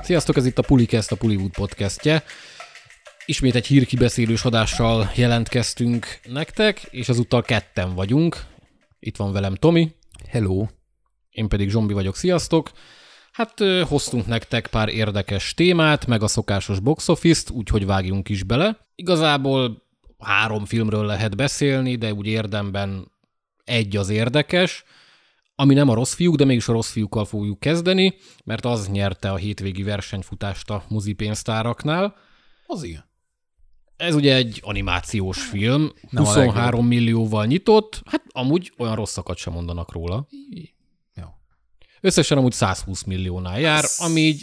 Sziasztok, ez itt a Pulicast, a Pullywood podcastje. Ismét egy hírkibeszélős adással jelentkeztünk nektek, és ezúttal ketten vagyunk. Itt van velem Tomi. Hello. Én pedig Zsombi vagyok, sziasztok. Hát hoztunk nektek pár érdekes témát, meg a szokásos box office-t, úgyhogy vágjunk is bele. Igazából 3 filmről lehet beszélni, de úgy érdemben egy az érdekes, ami nem a Rossz fiúk, de mégis a Rossz fiúkkal fogjuk kezdeni, mert az nyerte a hétvégi versenyfutást a mozipénztáraknál. Az ilyen. Ez ugye egy animációs film, 23 millióval nyitott, hát amúgy olyan rosszakat sem mondanak róla. Jó. Összesen amúgy 120 milliónál jár, ami így,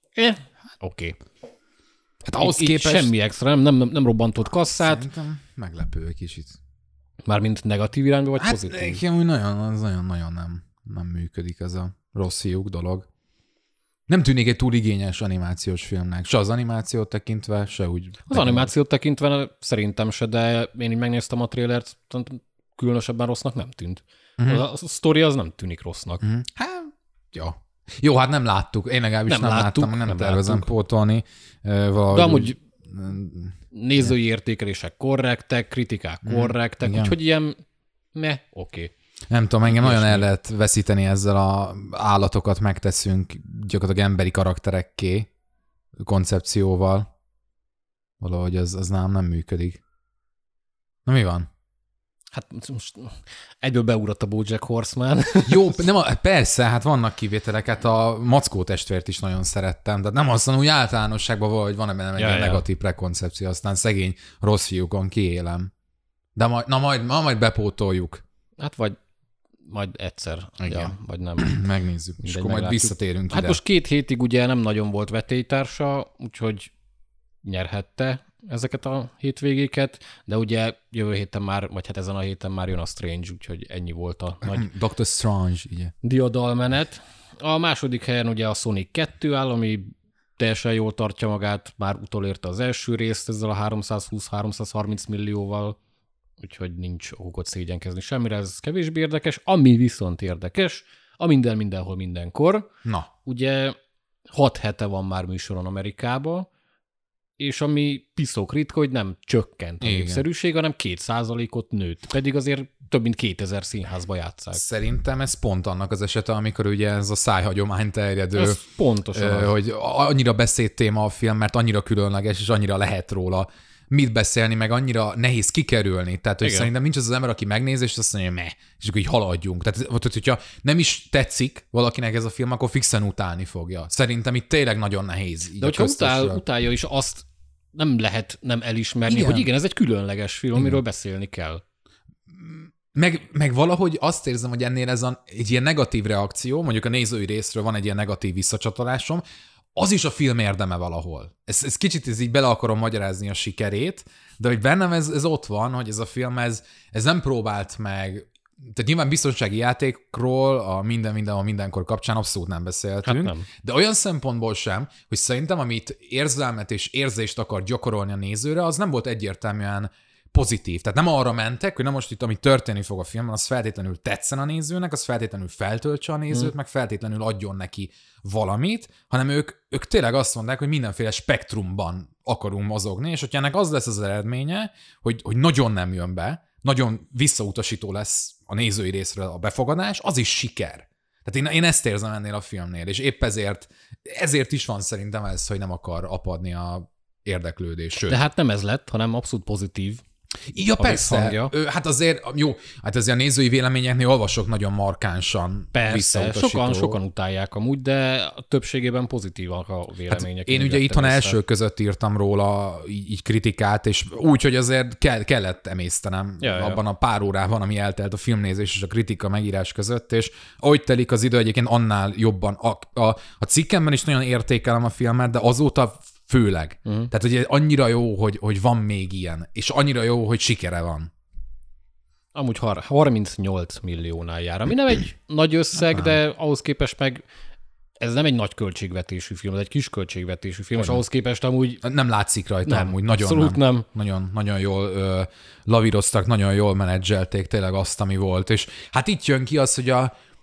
oké. Hát ahhoz képest... Semmi extra, nem robbantott kasszát. Szerintem meglepő egy kicsit. Mármint negatív irányba, vagy pozitív? Hát nagyon nem működik ez a Rossz fiúk dolog. Nem tűnik egy túl igényes animációs filmnek. Se az animációt tekintve, se úgy... Az animációt tekintve szerintem se, de én így megnéztem a trélert, különösebben rossznak nem tűnt. A sztori az nem tűnik rossznak. Hát, ja. Jó, hát nem láttuk. Én legalábbis nem láttam, nem tervezem pótolni. Valahogy... De amúgy nézői értékelések korrektek, kritikák korrektek, úgyhogy ilyen oké. Nem tudom, engem nagyon el lehet veszíteni ezzel a állatokat megteszünk gyakorlatilag emberi karakterekké koncepcióval. Valahogy az nálam nem működik. Na mi van? Hát most egyből beugrott a BoJack Horseman. Jó, persze, hát vannak kivételek, hát a Mackó testvért is nagyon szerettem, de nem aztán úgy általánosságban valahogy van ebben egy negatív prekoncepció, aztán szegény rossz fiúkon kiélem. De majd bepótoljuk. Hát vagy majd egyszer, vagy nem. Megnézzük, és akkor majd visszatérünk ide. Hát most 2 hétig ugye nem nagyon volt vetélytársa, úgyhogy nyerhette ezeket a hétvégéket, de ugye jövő héten már, vagy hát ezen a héten már jön a Strange, úgyhogy ennyi volt a nagy Dr. Strange, ugye. Diadalmenet. A második helyen ugye a Sonic 2 áll, ami teljesen jól tartja magát, már utolérte az első részt ezzel a 320-330 millióval, úgyhogy nincs okot szégyenkezni semmire, ez kevésbé érdekes. Ami viszont érdekes, a mindenhol, mindenkor. Na. Ugye 6 hete van már műsoron Amerikába, és ami piszok ritka, hogy nem csökkent a népszerűség, hanem 2%-ot nőtt. Pedig azért több mint 2000 színházba játsszák. Szerintem ez pont annak az esete, amikor ugye ez a szájhagyomány terjedő. Ez pontosan hogy annyira beszédtéma a film, mert annyira különleges, és annyira lehet róla mit beszélni, meg annyira nehéz kikerülni. Tehát, hogy szerintem nincs az az ember, aki megnéz, és azt mondja, és akkor így haladjunk. Tehát, hogyha nem is tetszik valakinek ez a film, akkor fixen utálni fogja. Szerintem itt tényleg nagyon nehéz. De hogyha utálja is, azt nem lehet nem elismerni, hogy igen, ez egy különleges film, amiről beszélni kell. Meg valahogy azt érzem, hogy ennél ez egy ilyen negatív reakció, mondjuk a nézői részről van egy ilyen negatív visszacsatolásom, az is a film érdeme valahol. Ez kicsit így bele akarom magyarázni a sikerét, de hogy bennem ez ott van, hogy ez a film ez nem próbált meg, tehát nyilván biztonsági játékról a mindenkor kapcsán abszolút nem beszéltünk, hát nem. De olyan szempontból sem, hogy szerintem amit érzelmet és érzést akar gyakorolni a nézőre, az nem volt egyértelműen pozitív. Tehát nem arra mentek, hogy na most itt, ami történni fog a filmben, az feltétlenül tetszen a nézőnek, az feltétlenül feltöltse a nézőt, meg feltétlenül adjon neki valamit, hanem ők tényleg azt mondták, hogy mindenféle spektrumban akarunk mozogni, és hogyha ennek az lesz az eredménye, hogy nagyon nem jön be, nagyon visszautasító lesz a nézői részről a befogadás, az is siker. Tehát én ezt érzem ennél a filmnél, és épp ezért is van szerintem ez, hogy nem akar apadni a érdeklődés. Sőt. De hát nem ez lett, hanem abszolút pozitív. Ja, persze. Hát azért a nézői véleményeknél olvasok nagyon markánsan visszautasító. Sokan utálják amúgy, de a többségében pozitívak a vélemények. Hát én ugye itthon első között írtam róla így kritikát, és úgy, hogy azért kellett emésztenem abban a pár órában, ami eltelt a filmnézés és a kritika megírás között, és ahogy telik az idő, egyébként annál jobban. A cikkemben is nagyon értékelem a filmet, de azóta főleg. Tehát, hogy annyira jó, hogy van még ilyen, és annyira jó, hogy sikere van. Amúgy 38 milliónál jár, ami nem egy nagy összeg, de ahhoz képest meg ez nem egy nagy költségvetésű film, ez egy kis költségvetésű film, és ahhoz képest amúgy... Nem látszik rajta nem, amúgy, nagyon abszolút nem. Nagyon jól lavíroztak, nagyon jól menedzselték tényleg azt, ami volt. És hát itt jön ki az, hogy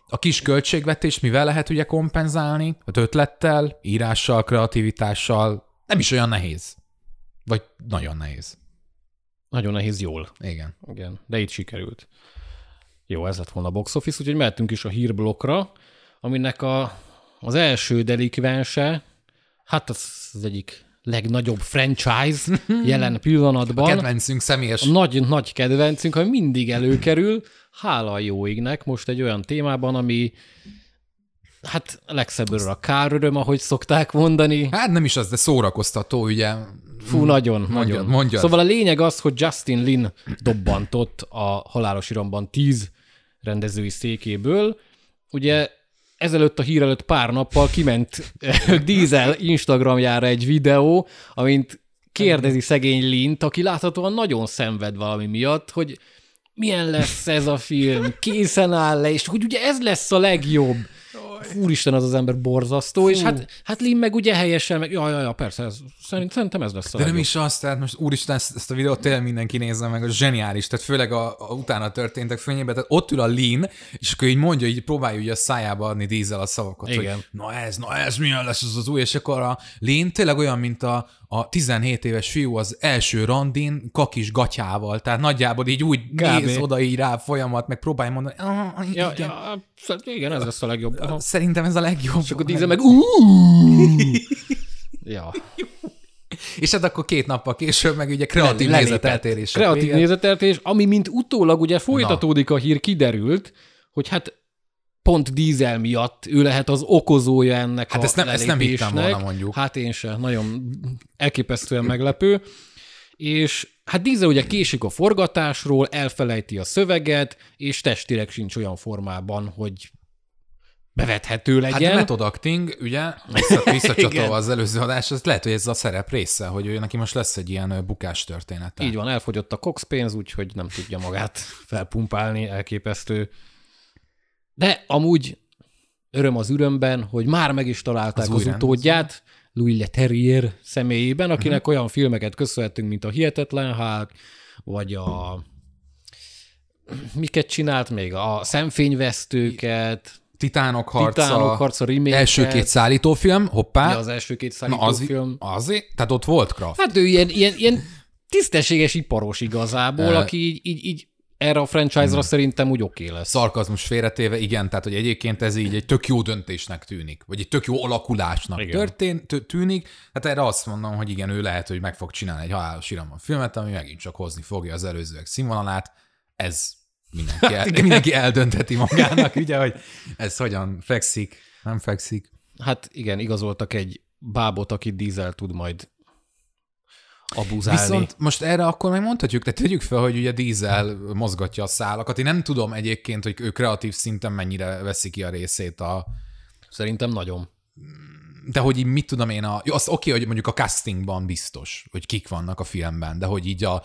A kis költségvetést mivel lehet ugye kompenzálni? Az ötlettel, írással, kreativitással. Nem is olyan nehéz. Vagy nagyon nehéz. Nagyon nehéz jól. Igen. Igen, de itt sikerült. Jó, ez lett volna a box office, úgyhogy mehetünk is a hírblokkra, aminek az első delikvense, hát az egyik legnagyobb franchise jelen pillanatban. A kedvencünk személyes. Nagy kedvencünk, ami mindig előkerül, hála a jó égnek, most egy olyan témában, ami hát legszebbről a káröröm, ahogy szokták mondani. Hát nem is az, de szórakoztató, ugye. Fú, nagyon. Mondjad. Szóval a lényeg az, hogy Justin Lin dobbantott a Halálos Iramban 10 rendezői székéből. Ugye ezelőtt a hír előtt pár nappal kiment Diesel Instagramjára egy videó, amint kérdezi szegény Lint, aki láthatóan nagyon szenved valami miatt, hogy milyen lesz ez a film, készen áll le, és hogy ugye ez lesz a legjobb. Úristen, az ember borzasztó, és hát Lin meg ugye helyesen, meg ja, persze, szerintem ez lesz a De legjobb. nem is az, tehát most úristen, ezt a videót tényleg mindenki nézze meg, az zseniális, tehát főleg a utána történtek fényében, tehát ott ül a Lin, és akkor így mondja, így próbálja ugye a szájába adni Diesel a szavakat, igen. Hogy na ez milyen lesz az új, és akkor a Lin tényleg olyan, mint a 17 éves fiú az első randin kakis gatyával, tehát nagyjából így úgy néz oda így rá folyamat, meg próbálja mondani, igen, ez lesz a legjobb. Aha. Szerintem ez a legjobb. És akkor Diesel meg ja. És hát akkor 2 nappal később meg ugye kreatív nézeteltérés. Kreatív nézeteltérés, ami mint utólag ugye folytatódik a hír, kiderült, hogy hát pont Diesel miatt ő lehet az okozója ennek a lelépésnek. Ezt nem hittem volna, mondjuk. Hát én sem, nagyon elképesztően meglepő. És hát Diesel ugye késik a forgatásról, elfelejti a szöveget, és testileg sincs olyan formában, hogy bevethető legyen. Hát a method acting, ugye, visszacsatolva az előző adás, az lehet, hogy ez a szerep része, hogy ő neki most lesz egy ilyen bukás története. Így van, elfogyott a Cox pénz, úgyhogy nem tudja magát felpumpálni, elképesztő. De amúgy öröm az örömben, hogy már meg is találták az utódját, Louis Leterrier személyében, akinek olyan filmeket köszönhetünk, mint a Hihetetlen Hulk, vagy miket csinált még? A Szemfényvesztőket, Titánok harca remake-et. Első 2 szállítófilm, hoppá. Ja, az első 2 szállítófilm. Azért? Tehát ott volt Kraft. Hát ő ilyen tisztességes iparos igazából, aki így erre a franchise-ra szerintem úgy oké lesz. Szarkazmus félretéve, igen, tehát hogy egyébként ez így egy tök jó döntésnek tűnik, vagy egy tök jó alakulásnak tűnik. Hát erre azt mondom, hogy igen, ő lehet, hogy meg fog csinálni egy Halálos Iramban filmet, ami megint csak hozni fogja az előzőek színvonalát. Ez mindenki eldöntheti magának, ugye, hogy ez hogyan fekszik, nem fekszik. Hát igen, igazoltak egy bábot, aki Diesel tud majd abuzálni. Viszont most erre akkor meg mondhatjuk, tehát tegyük fel, hogy ugye Diesel mozgatja a szálakat. Én nem tudom egyébként, hogy ő kreatív szinten mennyire veszi ki a részét Szerintem nagyon. De hogy így mit tudom én, azt oké, hogy mondjuk a castingban biztos, hogy kik vannak a filmben, de hogy így a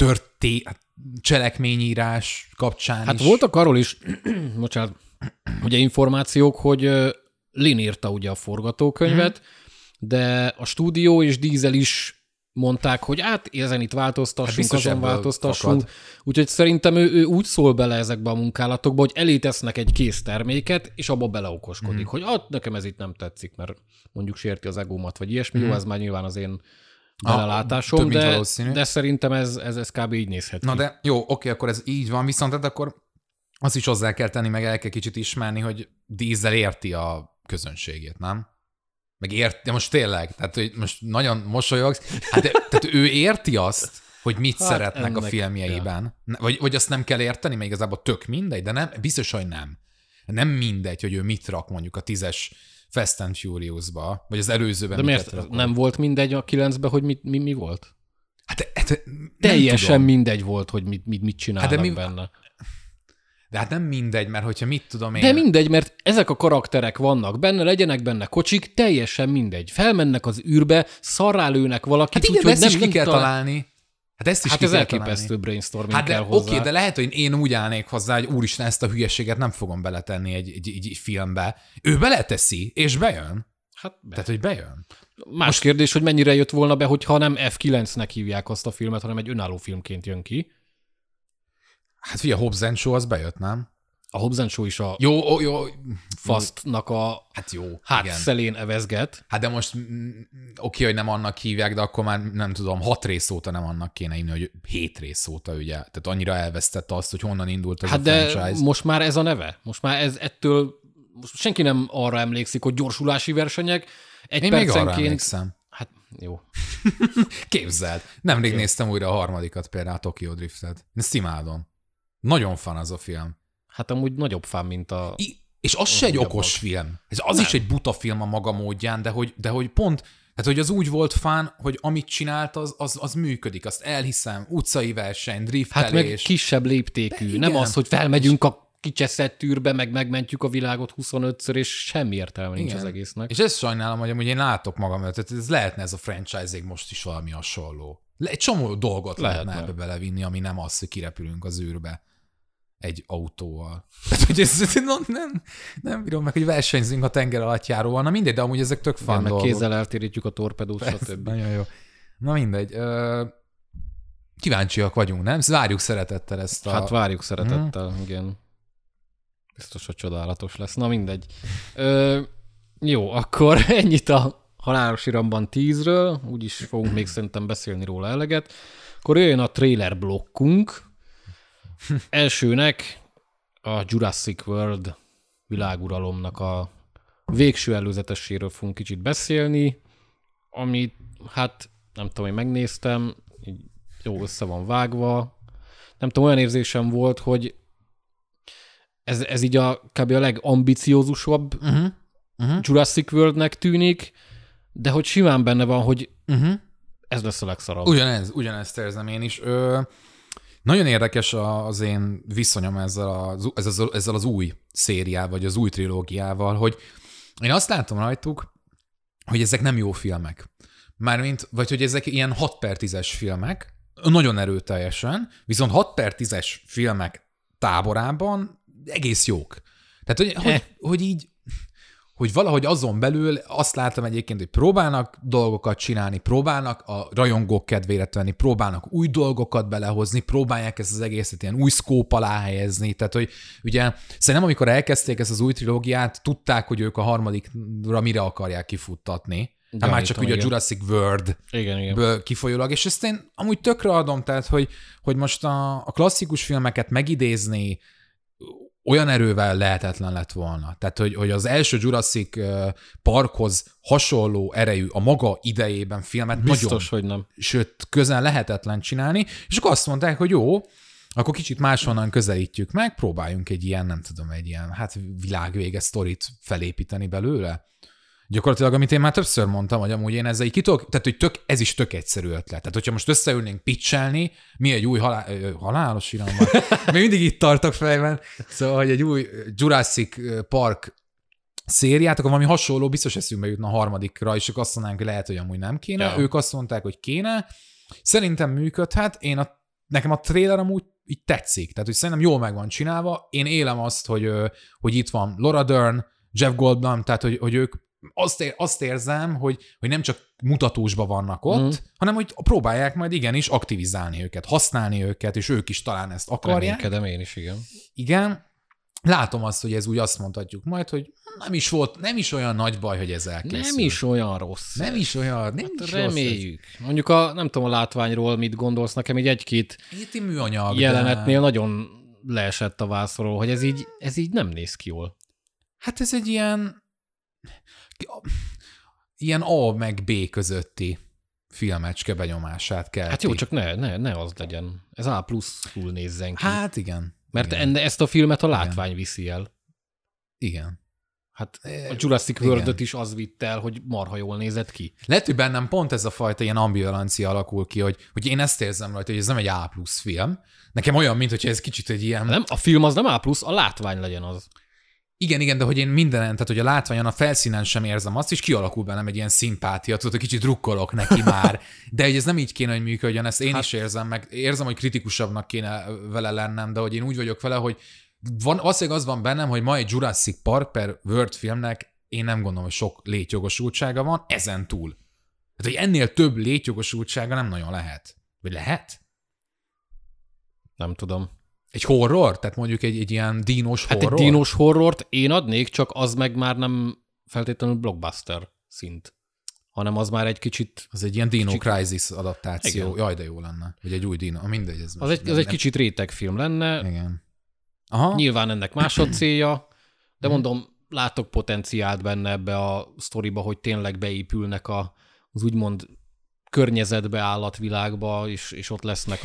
cselekményírás kapcsán hát is. Hát voltak arról is, bocsánat, ugye információk, hogy Lin írta ugye a forgatókönyvet, de a stúdió és Diesel is mondták, hogy hát ezen itt változtassunk, hát azon változtassunk. Úgyhogy szerintem ő úgy szól bele ezekbe a munkálatokba, hogy elé tesznek egy kész terméket, és abba beleokoskodik, hogy nekem ez itt nem tetszik, mert mondjuk sérti az egómat, vagy ilyesmi. Jó, ez már nyilván az én belelátásom, de szerintem ez kb. Így nézhet ki. Na de jó, oké, akkor ez így van, viszont akkor azt is hozzá kell tenni, meg el kell kicsit ismerni, hogy Diesel érti a közönségét, nem? Meg de most tényleg, tehát hogy most nagyon mosolyogsz, tehát ő érti azt, hogy mit szeretnek a filmjeiben. Ja. Vagy azt nem kell érteni, mert igazából tök mindegy, de nem, biztos, hogy nem. Nem mindegy, hogy ő mit rak mondjuk a 10-es Fast and Furious-ba, vagy az előzőben. De miért nem volt mindegy a 9-ben, hogy mi volt? Hát teljesen mindegy volt, hogy mit csinálnak benne. De hát nem mindegy, mert hogyha mit tudom én... De mindegy, mert ezek a karakterek vannak benne, legyenek benne kocsik, teljesen mindegy. Felmennek az űrbe, szarrá lőnek valakit, hát igen, úgyhogy ezt is ki kell találni. Hát ezt is hát ki ez kell elképesztő találni. Brainstorming kell hozzá. Oké, de lehet, hogy én úgy állnék hozzá, hogy úristen, ezt a hülyeséget nem fogom beletenni egy filmbe. Ő beleteszi, és bejön. Tehát, hogy bejön. Más kérdés, hogy mennyire jött volna be, hogyha nem F9-nek hívják azt a filmet, hanem egy önálló filmként jön ki. Hát figyelj, Hobbs & Shaw az bejött, nem? A Hobbs & Shaw is a Jó. Fastnak a Hát jó, igen. szelén evezget. Hát de most oké, hogy nem annak hívják, de akkor már nem tudom, 6 rész óta nem annak kéne hívni, hogy 7 rész óta, ugye. Tehát annyira elvesztette azt, hogy honnan indult ez a franchise. Hát de most már ez a neve. Most már ez ettől, most senki nem arra emlékszik, hogy gyorsulási versenyek. Én még arra emlékszem. Hát jó. Képzeld. Nemrég néztem újra a harmadikat, például a Tokyo Driftet. Ezt imádom. Nagyon fan az a film. Hát amúgy nagyobb fán, mint a... És az se egy okos film. Az is egy buta film a maga módján, de hogy pont, tehát hogy az úgy volt fán, hogy amit csinált, az működik. Azt elhiszem, utcai verseny, driftelés. Hát meg kisebb léptékű. Nem az, hogy felmegyünk a kicseszett tűrbe, meg megmentjük a világot 25-ször, és semmi értelme nincs az egésznek. És ezt sajnálom, hogy amúgy én látok magam, tehát ez lehetne ez a franchise-ig most is valami hasonló. Egy csomó dolgot lehetne ebbe belevinni, ami nem az, hogy kirepülünk az űrbe egy autóval. Tehát, hogy ez nem bírom meg, hogy versenyzünk a tenger alattjáróval. Na mindegy, de amúgy ezek tök fun dolgok. Meg kézzel eltérítjük a torpedót, stb. Nagyon jó. Na mindegy. Kíváncsiak vagyunk, nem? Várjuk szeretettel ezt a... Hát várjuk szeretettel, igen. Biztos, hogy csodálatos lesz. Na mindegy. Jó, akkor ennyit a Halálos Iramban 10-ről, úgyis fogunk még szerintem beszélni róla eleget. Akkor jöjjön a trailer blokkunk. Elsőnek a Jurassic World világuralomnak a végső előzeteséről fogunk kicsit beszélni, amit hát nem tudom, én megnéztem, így jó össze van vágva. Nem tudom, olyan érzésem volt, hogy ez így kb. A legambiciózusabb Jurassic Worldnek tűnik, de hogy simán benne van, hogy ez lesz a legszarabb. Ugyanezt érzem én is. Nagyon érdekes az én viszonyom ezzel az új szériával, vagy az új trilógiával, hogy én azt látom rajtuk, hogy ezek nem jó filmek. Mármint, vagy hogy ezek ilyen 6/10-es filmek, nagyon erőteljesen, viszont 6/10-es filmek táborában egész jók. Tehát, hogy így, hogy valahogy azon belül azt láttam egyébként, hogy próbálnak dolgokat csinálni, próbálnak a rajongók kedvére tenni, próbálnak új dolgokat belehozni, próbálják ezt az egészet ilyen új szkóp alá helyezni. Tehát, hogy ugye szerintem amikor elkezdték ezt az új trilógiát, tudták, hogy ők a harmadikra mire akarják kifuttatni. Hát már csak ugye a Jurassic World-ből kifolyólag, és ezt én amúgy tökre adom, tehát, hogy most a klasszikus filmeket megidézni olyan erővel lehetetlen lett volna. Tehát, hogy az első Jurassic Parkhoz hasonló erejű a maga idejében filmet biztos, nagyon, hogy nem. Sőt, közel lehetetlen csinálni, és akkor azt mondták, hogy jó, akkor kicsit máshonnan közelítjük meg, próbáljunk egy ilyen, nem tudom, egy ilyen, hát világvége sztorit felépíteni belőle. Gyakorlatilag, amit én már többször mondtam, hogy amúgy én ezzel tehát, hogy ez is tök egyszerű ötlet. Tehát, hogyha most összeülnénk pitchelni, mi egy új halálos iramban, még mindig itt tartok fejben, szóval, hogy egy új Jurassic Park szériát, akkor valami hasonló biztos eszünkbe jutna a harmadikra, és ők azt mondanánk, hogy lehet, hogy amúgy nem kéne. Ja. Ők azt mondták, hogy kéne. Szerintem működhet. Nekem a trailer amúgy így tetszik. Tehát, hogy szerintem jól meg van csinálva. Én élem azt, hogy itt van Laura Dern, Jeff Goldblum, tehát, hogy ők azt érzem, hogy nem csak mutatósban vannak ott, hanem hogy próbálják majd igenis aktivizálni őket, használni őket, és ők is talán ezt akarják. Reménykedem én is, igen. Igen. Látom azt, hogy ez úgy azt mondhatjuk majd, hogy nem is olyan nagy baj, hogy ez elkészül. Nem is olyan rossz. Nem is olyan, reméljük. Rossz. Mondjuk nem tudom a látványról mit gondolsz, nekem így egy-két műanyag, jelenetnél nagyon leesett a vászról, hogy ez így nem néz ki jól. Hát ez egy ilyen A meg B közötti filmecske benyomását kell. Hát jó, csak ne az legyen. Ez A+-ul nézzen ki. Hát igen. Mert ezt a filmet a látvány viszi el. Igen. Hát a Jurassic World-öt is az vitt el, hogy marha jól nézett ki. Lehet, hogy bennem pont ez a fajta ilyen ambivalencia alakul ki, hogy én ezt érzem rajta, hogy ez nem egy A+ film. Nekem olyan, mint hogyha ez kicsit egy ilyen... Nem, a film az nem A+, a látvány legyen az. Igen, de hogy én mindenen, tehát hogy a látványon, a felszínen sem érzem azt, és kialakul bennem egy ilyen szimpátia, tudod, hogy kicsit drukkolok neki már. De hogy ez nem így kéne, hogy működjön, ezt én is érzem, meg érzem, hogy kritikusabbnak kéne vele lennem, de hogy én úgy vagyok vele, hogy valószínűleg az van bennem, hogy ma egy Jurassic Park per World filmnek én nem gondolom, hogy sok létjogosultsága van, ezen túl. Tehát, hogy ennél több létjogosultsága nem nagyon lehet. Vagy lehet? Nem tudom. Egy horror? Tehát mondjuk egy ilyen dínos horror? Hát egy dínos horrort én adnék, csak az meg már nem feltétlenül blockbuster szint, hanem az már egy kicsit... Az egy ilyen Dino Crisis adaptáció. Igen. Jaj, de jó lenne. Vagy egy új Dino. Mindegy. Ez Az egy kicsit rétegfilm lenne. Igen. Aha. Nyilván ennek más a célja, de mondom, látok potenciált benne ebbe a sztoriba, hogy tényleg beépülnek az úgymond környezetbe, állatvilágba, és ott lesznek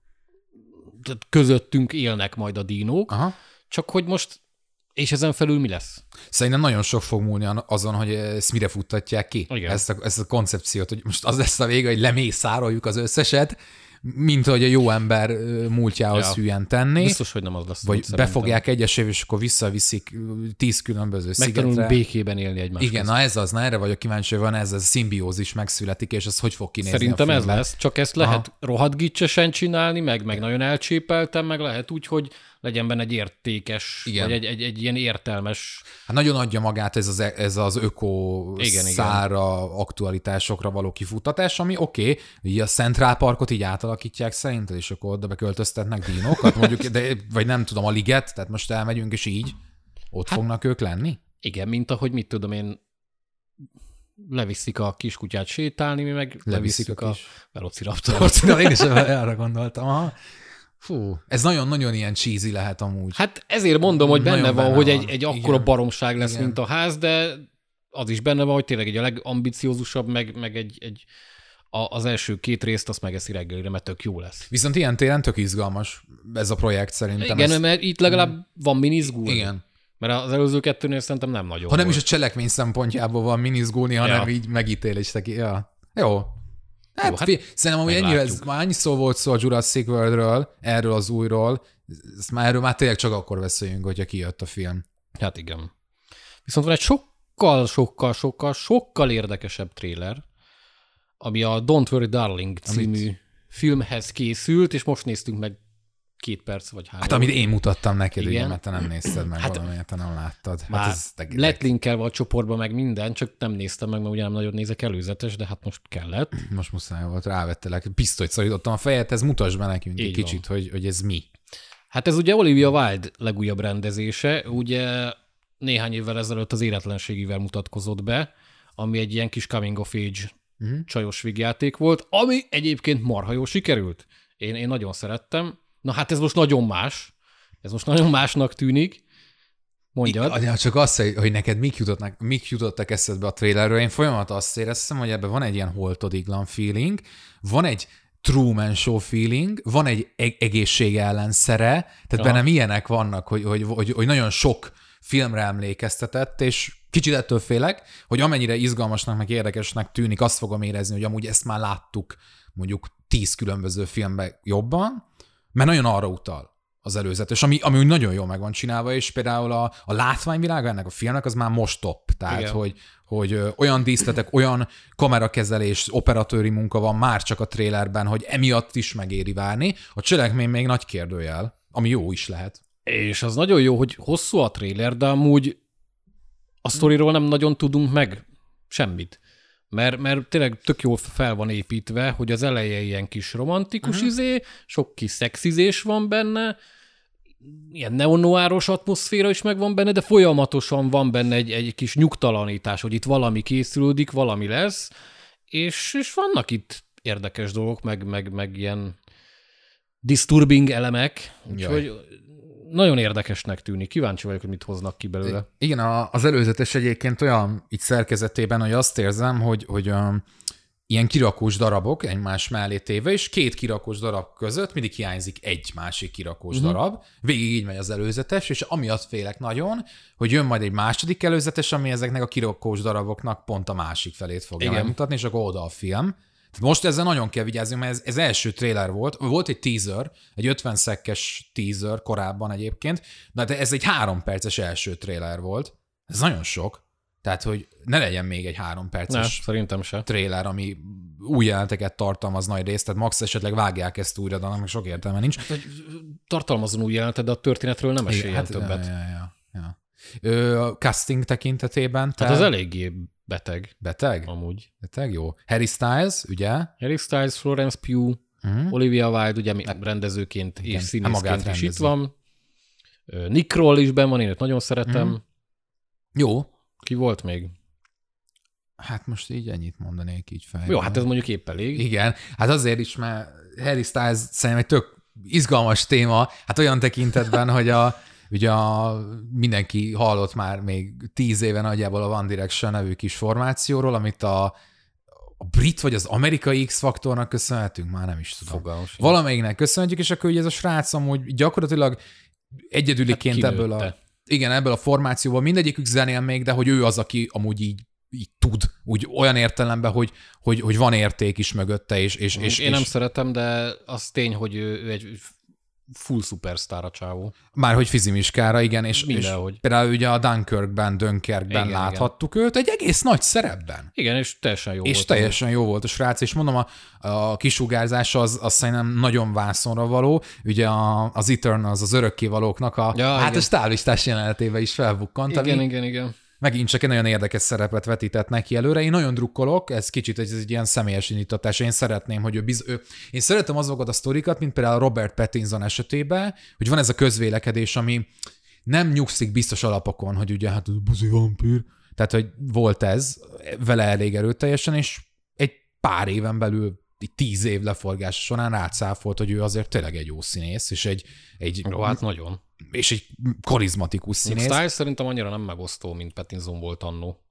tehát közöttünk élnek majd a dinók. Aha. Csak hogy most, és ezen felül mi lesz? Szerintem nagyon sok fog múlni azon, hogy ezt mire futtatják ki. Ezt a koncepciót, hogy most az lesz a vége, hogy lemészároljuk az összeset, mint hogy a jó ember múltjához hülyen tenni. Biztos, hogy nem az lesz. Vagy befogják egyesével, és akkor visszaviszik 10 különböző szigetre. Megtanulunk békében élni egymással. Igen, na ez az, erre vagyok kíváncsi, hogy van ez a szimbiózis megszületik, és ez hogy fog kinézni Szerintem a ez filmben. lesz, csak ezt lehet rohadt gicsesen csinálni, meg nagyon elcsépeltem, meg lehet úgy, hogy legyen benne egy értékes, igen. vagy egy ilyen értelmes... Hát nagyon adja magát ez az öko-szára aktualitásokra való kifutatás, ami oké, így a Central Parkot így átalakítják szerinted, és akkor oda beköltöztetnek dínokat, mondjuk, vagy nem tudom, a liget, tehát most elmegyünk, és így ott fognak ők lenni? Igen, mint ahogy mit tudom én, leviszik a kiskutyát sétálni, mi meg leviszik a velociraptort. Én is arra gondoltam. Aha. Fú, ez nagyon-nagyon ilyen cheesy lehet amúgy. Hát ezért mondom, hogy benne van, hogy egy akkora igen. baromság lesz, igen. mint a ház, de az is benne van, hogy tényleg egy a legambiciózusabb, meg az első 2 részt azt megeszi reggelire, mert tök jó lesz. Viszont ilyen téren tök izgalmas ez a projekt szerintem. Igen, mert itt legalább van minizgul. Igen. Mert az előző 2-nél szerintem nem nagyon. Ha nem is a cselekmény szempontjából van minizgulni, hanem így megítélés neki. Ja. Jó. Hát szerintem amúgy már annyi szó volt szó a Jurassic Worldről, erről az újról, erről már tényleg csak akkor beszéljünk, hogyha kijött a film. Hát igen. Viszont van egy sokkal érdekesebb tréler, ami a Don't Worry Darling című filmhez készült, és most néztünk meg 2 perc vagy 3. Hát amit én mutattam neked, igen, mert te nem nézted meg valamiért, te nem láttad. Hát lett linkelve a csoportba meg minden, csak nem néztem meg, mert ugye nem nagyon nézek előzetes, de hát most kellett. Most muszáj volt, rávettelek, pisztolyt szorítottam a fejet, ez mutasd be nekünk egy kicsit, hogy ez mi. Hát ez ugye Olivia Wilde legújabb rendezése, ugye néhány évvel ezelőtt az Éretlenségével mutatkozott be, ami egy ilyen kis coming of age csajos vígjáték volt, ami egyébként marha jól sikerült. Én nagyon szerettem. Na hát ez most nagyon más. Ez most nagyon másnak tűnik. Mondjad. Ja, csak azt, hogy neked mik jutottak eszedbe a trailerről. Én folyamatosan azt éreztem, hogy ebben van egy ilyen holtodiglan feeling, van egy Truman Show feeling, van egy egészség ellenszere, tehát bennem ilyenek vannak, hogy nagyon sok filmre emlékeztetett, és kicsit ettől félek, hogy amennyire izgalmasnak, meg érdekesnek tűnik, azt fogom érezni, hogy amúgy ezt már láttuk mondjuk 10 különböző filmben jobban, mert nagyon arra utal az előzetes, ami úgy nagyon jól meg van csinálva, és például a látványvilága ennek a filmnek az már most top. Tehát, hogy olyan díszletek, olyan kamerakezelés, operatőri munka van már csak a trailerben, hogy emiatt is megéri várni. A cselekmény még nagy kérdőjel, ami jó is lehet. És az nagyon jó, hogy hosszú a trailer, de amúgy a sztoriról nem nagyon tudunk meg semmit. Mert tényleg tök jól fel van építve, hogy az eleje ilyen kis romantikus sok kis szexizés van benne, ilyen neonoáros atmoszféra is megvan benne, de folyamatosan van benne egy kis nyugtalanítás, hogy itt valami készülődik, valami lesz, és vannak itt érdekes dolgok, meg ilyen disturbing elemek, úgyhogy nagyon érdekesnek tűnik. Kíváncsi vagyok, hogy mit hoznak ki belőle. Igen, az előzetes egyébként olyan így szerkezetében, hogy azt érzem, hogy ilyen kirakós darabok egymás mellé téve, és 2 kirakós darab között mindig hiányzik egy másik kirakós darab. Végig így megy az előzetes, és amiatt félek nagyon, hogy jön majd egy második előzetes, ami ezeknek a kirakós daraboknak pont a másik felét fogja megmutatni, és akkor oda a film. Most ezzel nagyon kell vigyázni, mert ez első trailer volt. Volt egy teaser, egy 50 szekkes teaser korábban egyébként, de ez egy 3 perces első trailer volt. Ez nagyon sok. Tehát, hogy ne legyen még egy 3 perces szerintem se. trailer, ami új jeleneteket tartalmaz nagy részt, tehát max esetleg vágják ezt újra, de annak sok értelme nincs. Hát, tartalmazon új jelenetet, de a történetről nem esélyen többet. A casting tekintetében Hát az eléggé beteg. Beteg? Amúgy. Beteg, jó. Harry Styles, ugye? Harry Styles, Florence Pugh, Olivia Wilde, ugye rendezőként Igen, és színészként is rendezi. itt van. Nick Kroll is benn van, én őt nagyon szeretem. Jó. Ki volt még? Hát most így ennyit mondanék így fejben. Jó, hát ez mondjuk épp elég. Igen, hát azért is, mert Harry Styles szerintem egy tök izgalmas téma, hát olyan tekintetben, hogy ugye mindenki hallott már még 10 éve nagyjából a One Direction nevű kis formációról, amit a brit vagy az amerikai X-faktornak köszönhetünk, már nem is tudom. Fogalmas. Valamelyiknek köszönhetjük, és akkor ugye ez a srác amúgy gyakorlatilag egyedüliként Hát ebből a formációból mindegyikük zenél még, de hogy ő az, aki amúgy így tud, úgy olyan értelemben, hogy van érték is mögötte, és én nem szeretem, de az tény, hogy ő egy full szupersztár a csávó. Márhogy fizimiskára, igen, és például ugye a Dunkerkben láthattuk őt egy egész nagy szerepben. Igen, és teljesen jó volt. És teljesen jó volt a srác, és mondom, a kisugárzás az szerintem nagyon vászonra való. Ugye az Eternals, az örökkévalóknak a stálistás jelenetében is felbukkant. Igen. Megint csak egy nagyon érdekes szerepet vetített neki előre. Én nagyon drukkolok, ez kicsit egy ilyen személyes indítatás. Én szeretném, hogy én szeretem azokat a sztorikat, mint például Robert Pattinson esetében, hogy van ez a közvélekedés, ami nem nyugszik biztos alapokon, hogy ugye hát az buzi vampír. Tehát, hogy volt ez vele elég erőteljesen, és egy pár éven belül, 10 év leforgása során rátszáfolt, hogy ő azért tényleg egy jó színész, és hát nagyon. És egy karizmatikus színész. Styles szerintem annyira nem megosztó, mint Pattinson volt annó.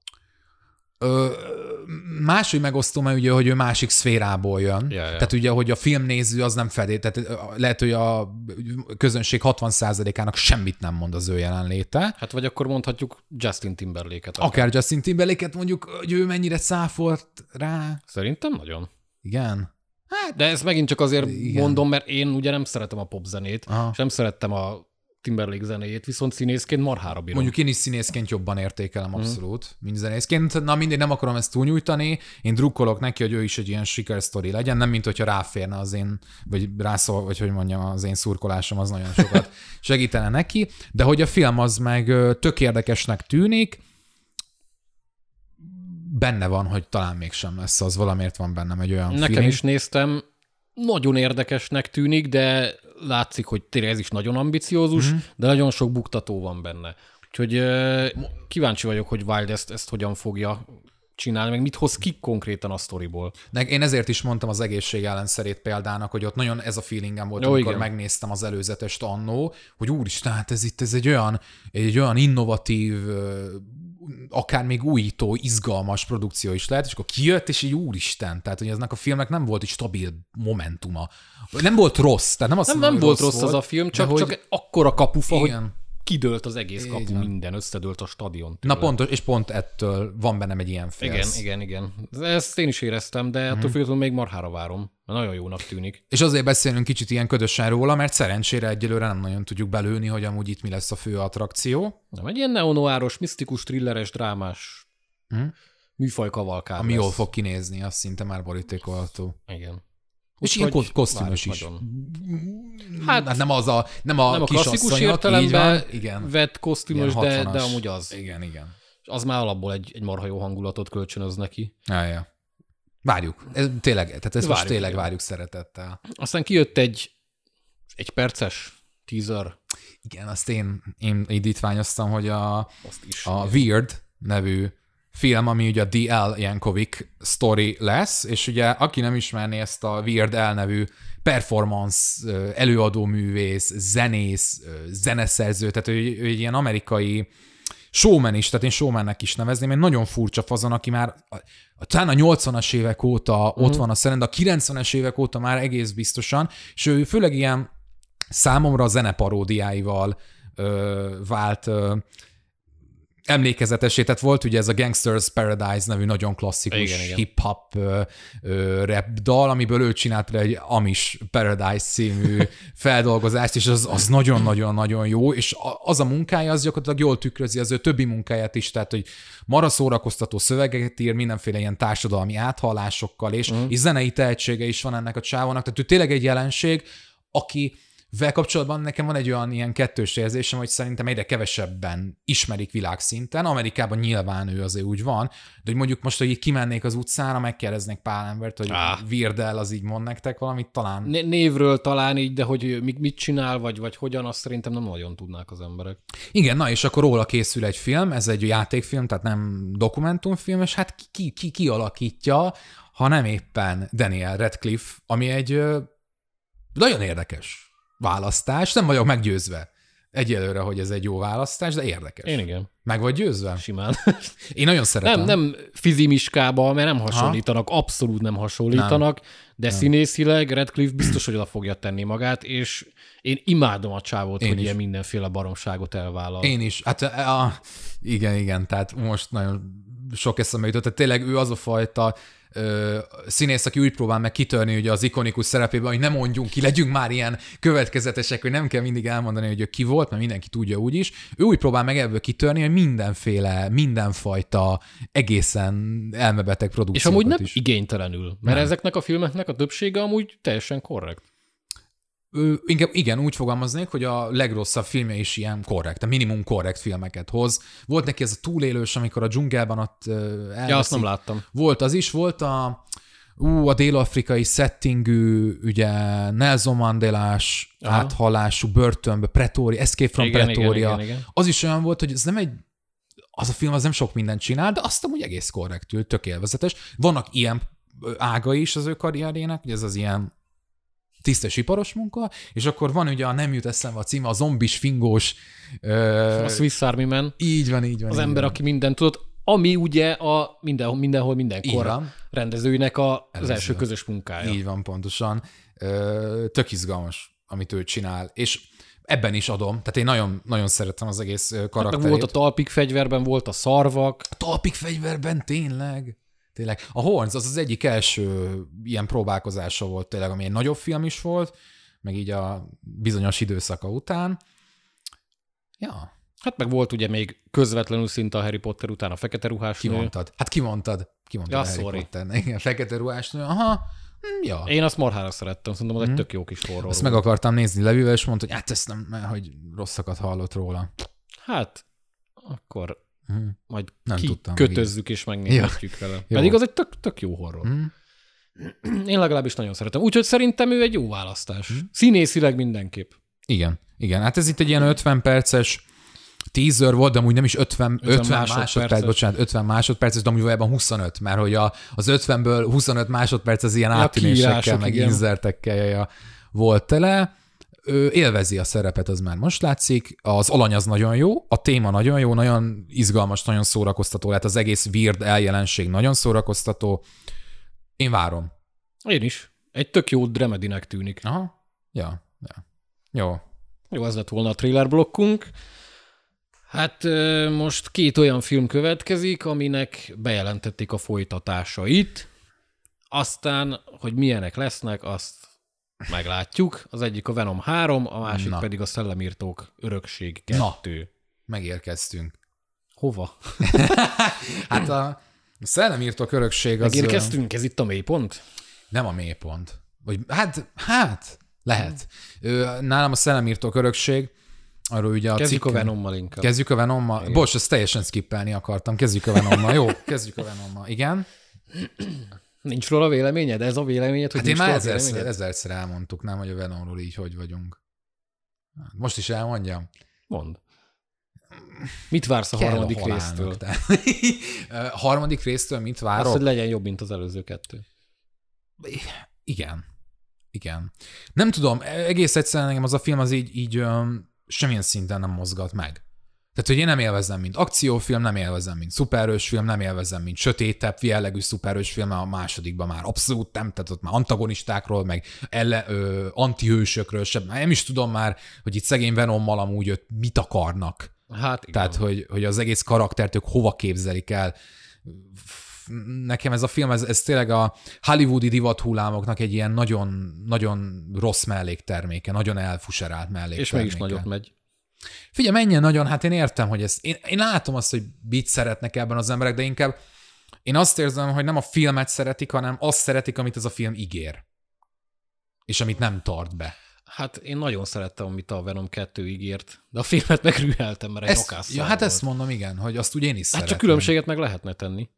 Máshogy megosztó, mert ugye, hogy ő másik szférából jön. Ja. Tehát ugye, hogy a filmnéző az nem fedé, tehát lehet, hogy a közönség 60%-ának semmit nem mond az ő jelenléte. Hát vagy akkor mondhatjuk Justin Timberlake-et. Akár Justin Timberlake-et mondjuk, hogy ő mennyire száfolt rá. Szerintem nagyon. Igen. Hát, de ezt megint csak azért mondom, mert én ugye nem szeretem a popzenét, és nem szerettem a Timberlake zenéjét, viszont színészként marhára bírom. Mondjuk én is színészként jobban értékelem abszolút, mint zenészként. Na mindegy, nem akarom ezt túlnyújtani, én drukkolok neki, hogy ő is egy ilyen sikersztori legyen, nem mint hogyha ráférne az én, vagy rászól, vagy hogy mondjam, az én szurkolásom az nagyon sokat segítene neki, de hogy a film az meg tök érdekesnek tűnik, benne van, hogy talán mégsem lesz az, valamiért van bennem egy olyan Nekem feeling. is néztem, nagyon érdekesnek tűnik, de látszik, hogy tényleg ez is nagyon ambiciózus, de nagyon sok buktató van benne. Úgyhogy kíváncsi vagyok, hogy Wilde ezt hogyan fogja csinálni, meg mit hoz ki konkrétan a sztoriból. Én ezért is mondtam az Egészség ellenszerét példának, hogy ott nagyon ez a feelingem volt, amikor megnéztem az előzetest annó, hogy úristen, hát ez egy olyan innovatív, akár még újító, izgalmas produkció is lehet, és akkor kijött, és így úristen, tehát hogy eznek a filmnek nem volt egy stabil momentuma. Nem volt rossz, tehát nem azt mondom, nem volt rossz az a film, csak akkora kapufa, igen. hogy kidőlt az egész kapu, minden, összedőlt a stadion. Na pontos, és pont ettől van bennem egy ilyen félsz. Igen. Ezt én is éreztem, de attól függetlenül még marhára várom. Nagyon jónak tűnik. És azért beszélünk kicsit ilyen ködösen róla, mert szerencsére egyelőre nem nagyon tudjuk belőni, hogy amúgy itt mi lesz a fő attrakció. Nem, egy ilyen neonoáros, misztikus, thrilleres, drámás műfaj kavalkád ami lesz. jól fog kinézni, azt szinte már borítékolható. Igen. És ilyen kosztümös is. Hát nem a klasszikus értelemben vett kosztümös, de 60-as. amúgy az. Igen. Az már alapból egy marha jó hangulatot kölcsönöz neki. Ja. Várjuk. Most tényleg várjuk szeretettel. Aztán kijött egy perces teaser. Igen, azt én indítványoztam, hogy a Weird nevű film, ami ugye a D.L. Yankovic story lesz, és ugye aki nem ismerné ezt a Weird Al nevű performance előadóművész, zenész, zeneszerző, tehát ő egy ilyen amerikai showman is, tehát én showmannek is nevezném, egy nagyon furcsa fazon, aki már talán a 80-as évek óta ott van a szeren, de a 90-es évek óta már egész biztosan, és ő főleg ilyen számomra a zeneparódiáival vált emlékezetesé, tehát volt ugye ez a Gangster's Paradise nevű nagyon klasszikus hip-hop rap dal, amiből ő csinált egy Amish Paradise című feldolgozást, és az nagyon-nagyon-nagyon jó, és az a munkája az gyakorlatilag jól tükrözi az ő többi munkáját is, tehát hogy marha szórakoztató szövegeket ír, mindenféle ilyen társadalmi áthallásokkal, és zenei tehetsége is van ennek a csávónak, tehát ő tényleg egy jelenség, aki vel kapcsolatban nekem van egy olyan ilyen kettős érzésem, hogy szerintem egyre kevesebben ismerik világszinten. Amerikában nyilván ő azért úgy van, de hogy mondjuk most, hogy így kimennék az utcára, megkérdeznék pár embert, hogy Weird Al az így mond nektek valamit, talán... Névről talán így, de hogy mit csinál, vagy hogyan, azt szerintem nem nagyon tudnák az emberek. Igen, na és akkor róla készül egy film, ez egy játékfilm, tehát nem dokumentumfilm, és hát ki alakítja, ha nem éppen Daniel Radcliffe, ami egy nagyon érdekes választás. Nem vagyok meggyőzve egyelőre, hogy ez egy jó választás, de érdekes. Én igen. Meg vagy győzve? Simán. Én nagyon szeretem. Nem fizimiskába, mert nem hasonlítanak, abszolút nem hasonlítanak, de színészileg Radcliffe biztos, hogy oda fogja tenni magát, és én imádom a csávót, hogy ilyen mindenféle baromságot elvállal. Én is. Hát igen, tehát most nagyon sok eszembe jutott. Tehát tényleg ő az a fajta színész, aki úgy próbál meg kitörni ugye az ikonikus szerepében, hogy ne mondjunk ki, legyünk már ilyen következetesek, hogy nem kell mindig elmondani, hogy ő ki volt, mert mindenki tudja úgyis. Ő úgy próbál meg ebből kitörni, hogy mindenfajta egészen elmebeteg produkciókat is. És amúgy nem igénytelenül, mert ezeknek a filmeknek a többsége amúgy teljesen korrekt. Igen, úgy fogalmaznék, hogy a legrosszabb filmje is ilyen korrekt, a minimum korrekt filmeket hoz. Volt neki ez a túlélős, amikor a dzsungelben ott elveszik. Ja, azt nem láttam. Volt az is, volt a dél-afrikai settingű, ugye Nelson Mandelás áthallású börtönbe, Pretoria, Escape from Pretoria. Igen. Az is olyan volt, hogy ez nem egy az a film az nem sok mindent csinál, de azt amúgy egész korrektül, tök élvezetes. Vannak ilyen ágai is az ő karrierjének, hogy ez az ilyen tisztes iparos munka, és akkor van ugye nem jut eszembe a címe, a zombis fingós... A Swiss Army Man. Így van. Az ember, aki mindent tudott, ami ugye a mindenhol mindenkor rendezőinek az első közös munkája. Így van, pontosan. Tök izgalmas, amit ő csinál, és ebben is adom, tehát én nagyon, nagyon szeretem az egész karakterét. Hát volt a Talpig fegyverben, volt a Szarvak. A Talpig fegyverben tényleg. A Horns az egyik első ilyen próbálkozása volt tényleg, ami egy nagyobb film is volt, meg így a bizonyos időszaka után. Ja. Hát meg volt ugye még közvetlenül szinte a Harry Potter után a fekete ruhás nő. Kimondtad ja, a Harry Potter. Igen, fekete ruhás nő. Aha. Ja. Én azt marhára szerettem, szerintem az egy tök jó kis horror. Azt meg akartam nézni Levivel, és mondta, hogy hát ezt nem, mert hogy rosszakat hallott róla. Hát, akkor majd kötözzük és megnézhetjük vele. Jó. Pedig az egy tök jó horror. Én legalábbis nagyon szeretem. Úgyhogy szerintem ő egy jó választás. Színészileg mindenképp. Igen. Hát ez itt egy ilyen 50 perces teaser volt, de amúgy nem is 50 másodperc, bocsánat, 50 másodperces, de amúgy valójában 25, mert hogy az 50-ből 25 másodperc az ilyen áttűnésekkel, meg inzertekkel volt tele. Ő élvezi a szerepet, az már most látszik. Az alany az nagyon jó, a téma nagyon jó, nagyon izgalmas, nagyon szórakoztató lehet, az egész Weird Al jelenség nagyon szórakoztató. Én várom. Én is. Egy tök jó dramedinek tűnik. Aha. Ja. Jó, ez lett volna a trailer blokkunk. Hát most 2 olyan film következik, aminek bejelentették a folytatásait. Aztán, hogy milyenek lesznek, azt meglátjuk. Az egyik a Venom 3, a másik pedig a Szellemírtók Örökség 2. Megérkeztünk. Hova? Hát a Szellemírtók Örökség az... Megérkeztünk, ez itt a mélypont? Nem a mélypont. Vagy, hát lehet. Nálam a Szellemírtók Örökség, arról ugye Kezdjük a Venommal inkább. Kezdjük a Venommal. Igen. Bocs, ezt teljesen skippelni akartam. Kezdjük a Venommal. Jó, kezdjük a Venommal. Igen. Nincs róla véleményed? Ez a véleményed, hogy hát én már ezerszer elmondtuk, nem, hogy a Venomról így hogy vagyunk. Most is elmondjam. Mondd. Mit vársz a harmadik résztől? Harmadik résztől mit várok? Azt, hogy legyen jobb, mint az előző 2. Igen. Nem tudom, egész egyszerűen engem az a film az így semmilyen szinten nem mozgat meg. Tehát, hogy én nem élvezem, mint akciófilm, nem élvezem, mint szupererős film, nem élvezem, mint sötétebb jellegű szupererős film, a másodikban már abszolút nem, tehát ott már antagonistákról, meg antihősökről sem. Nem is tudom már, hogy itt szegény Venommal amúgy őt mit akarnak. Hát igen. Tehát, hogy az egész karaktert ők hova képzelik el. Nekem ez a film, ez tényleg a hollywoodi divathullámoknak egy ilyen nagyon, nagyon rossz mellékterméke, nagyon elfuserált mellékterméke. És mégis nagyot megy. Figyelj, menjen nagyon, hát én értem, hogy ezt, én látom azt, hogy mit szeretnek ebben az emberek, de inkább én azt érzem, hogy nem a filmet szeretik, hanem azt szeretik, amit ez a film ígér. És amit nem tart be. Hát én nagyon szerettem, amit a Venom 2 ígért, de a filmet megrüheltem, mert egy rakásszal ja, hát ezt mondom, igen, hogy azt úgy én is szeretem. Hát csak különbséget meg lehetne tenni.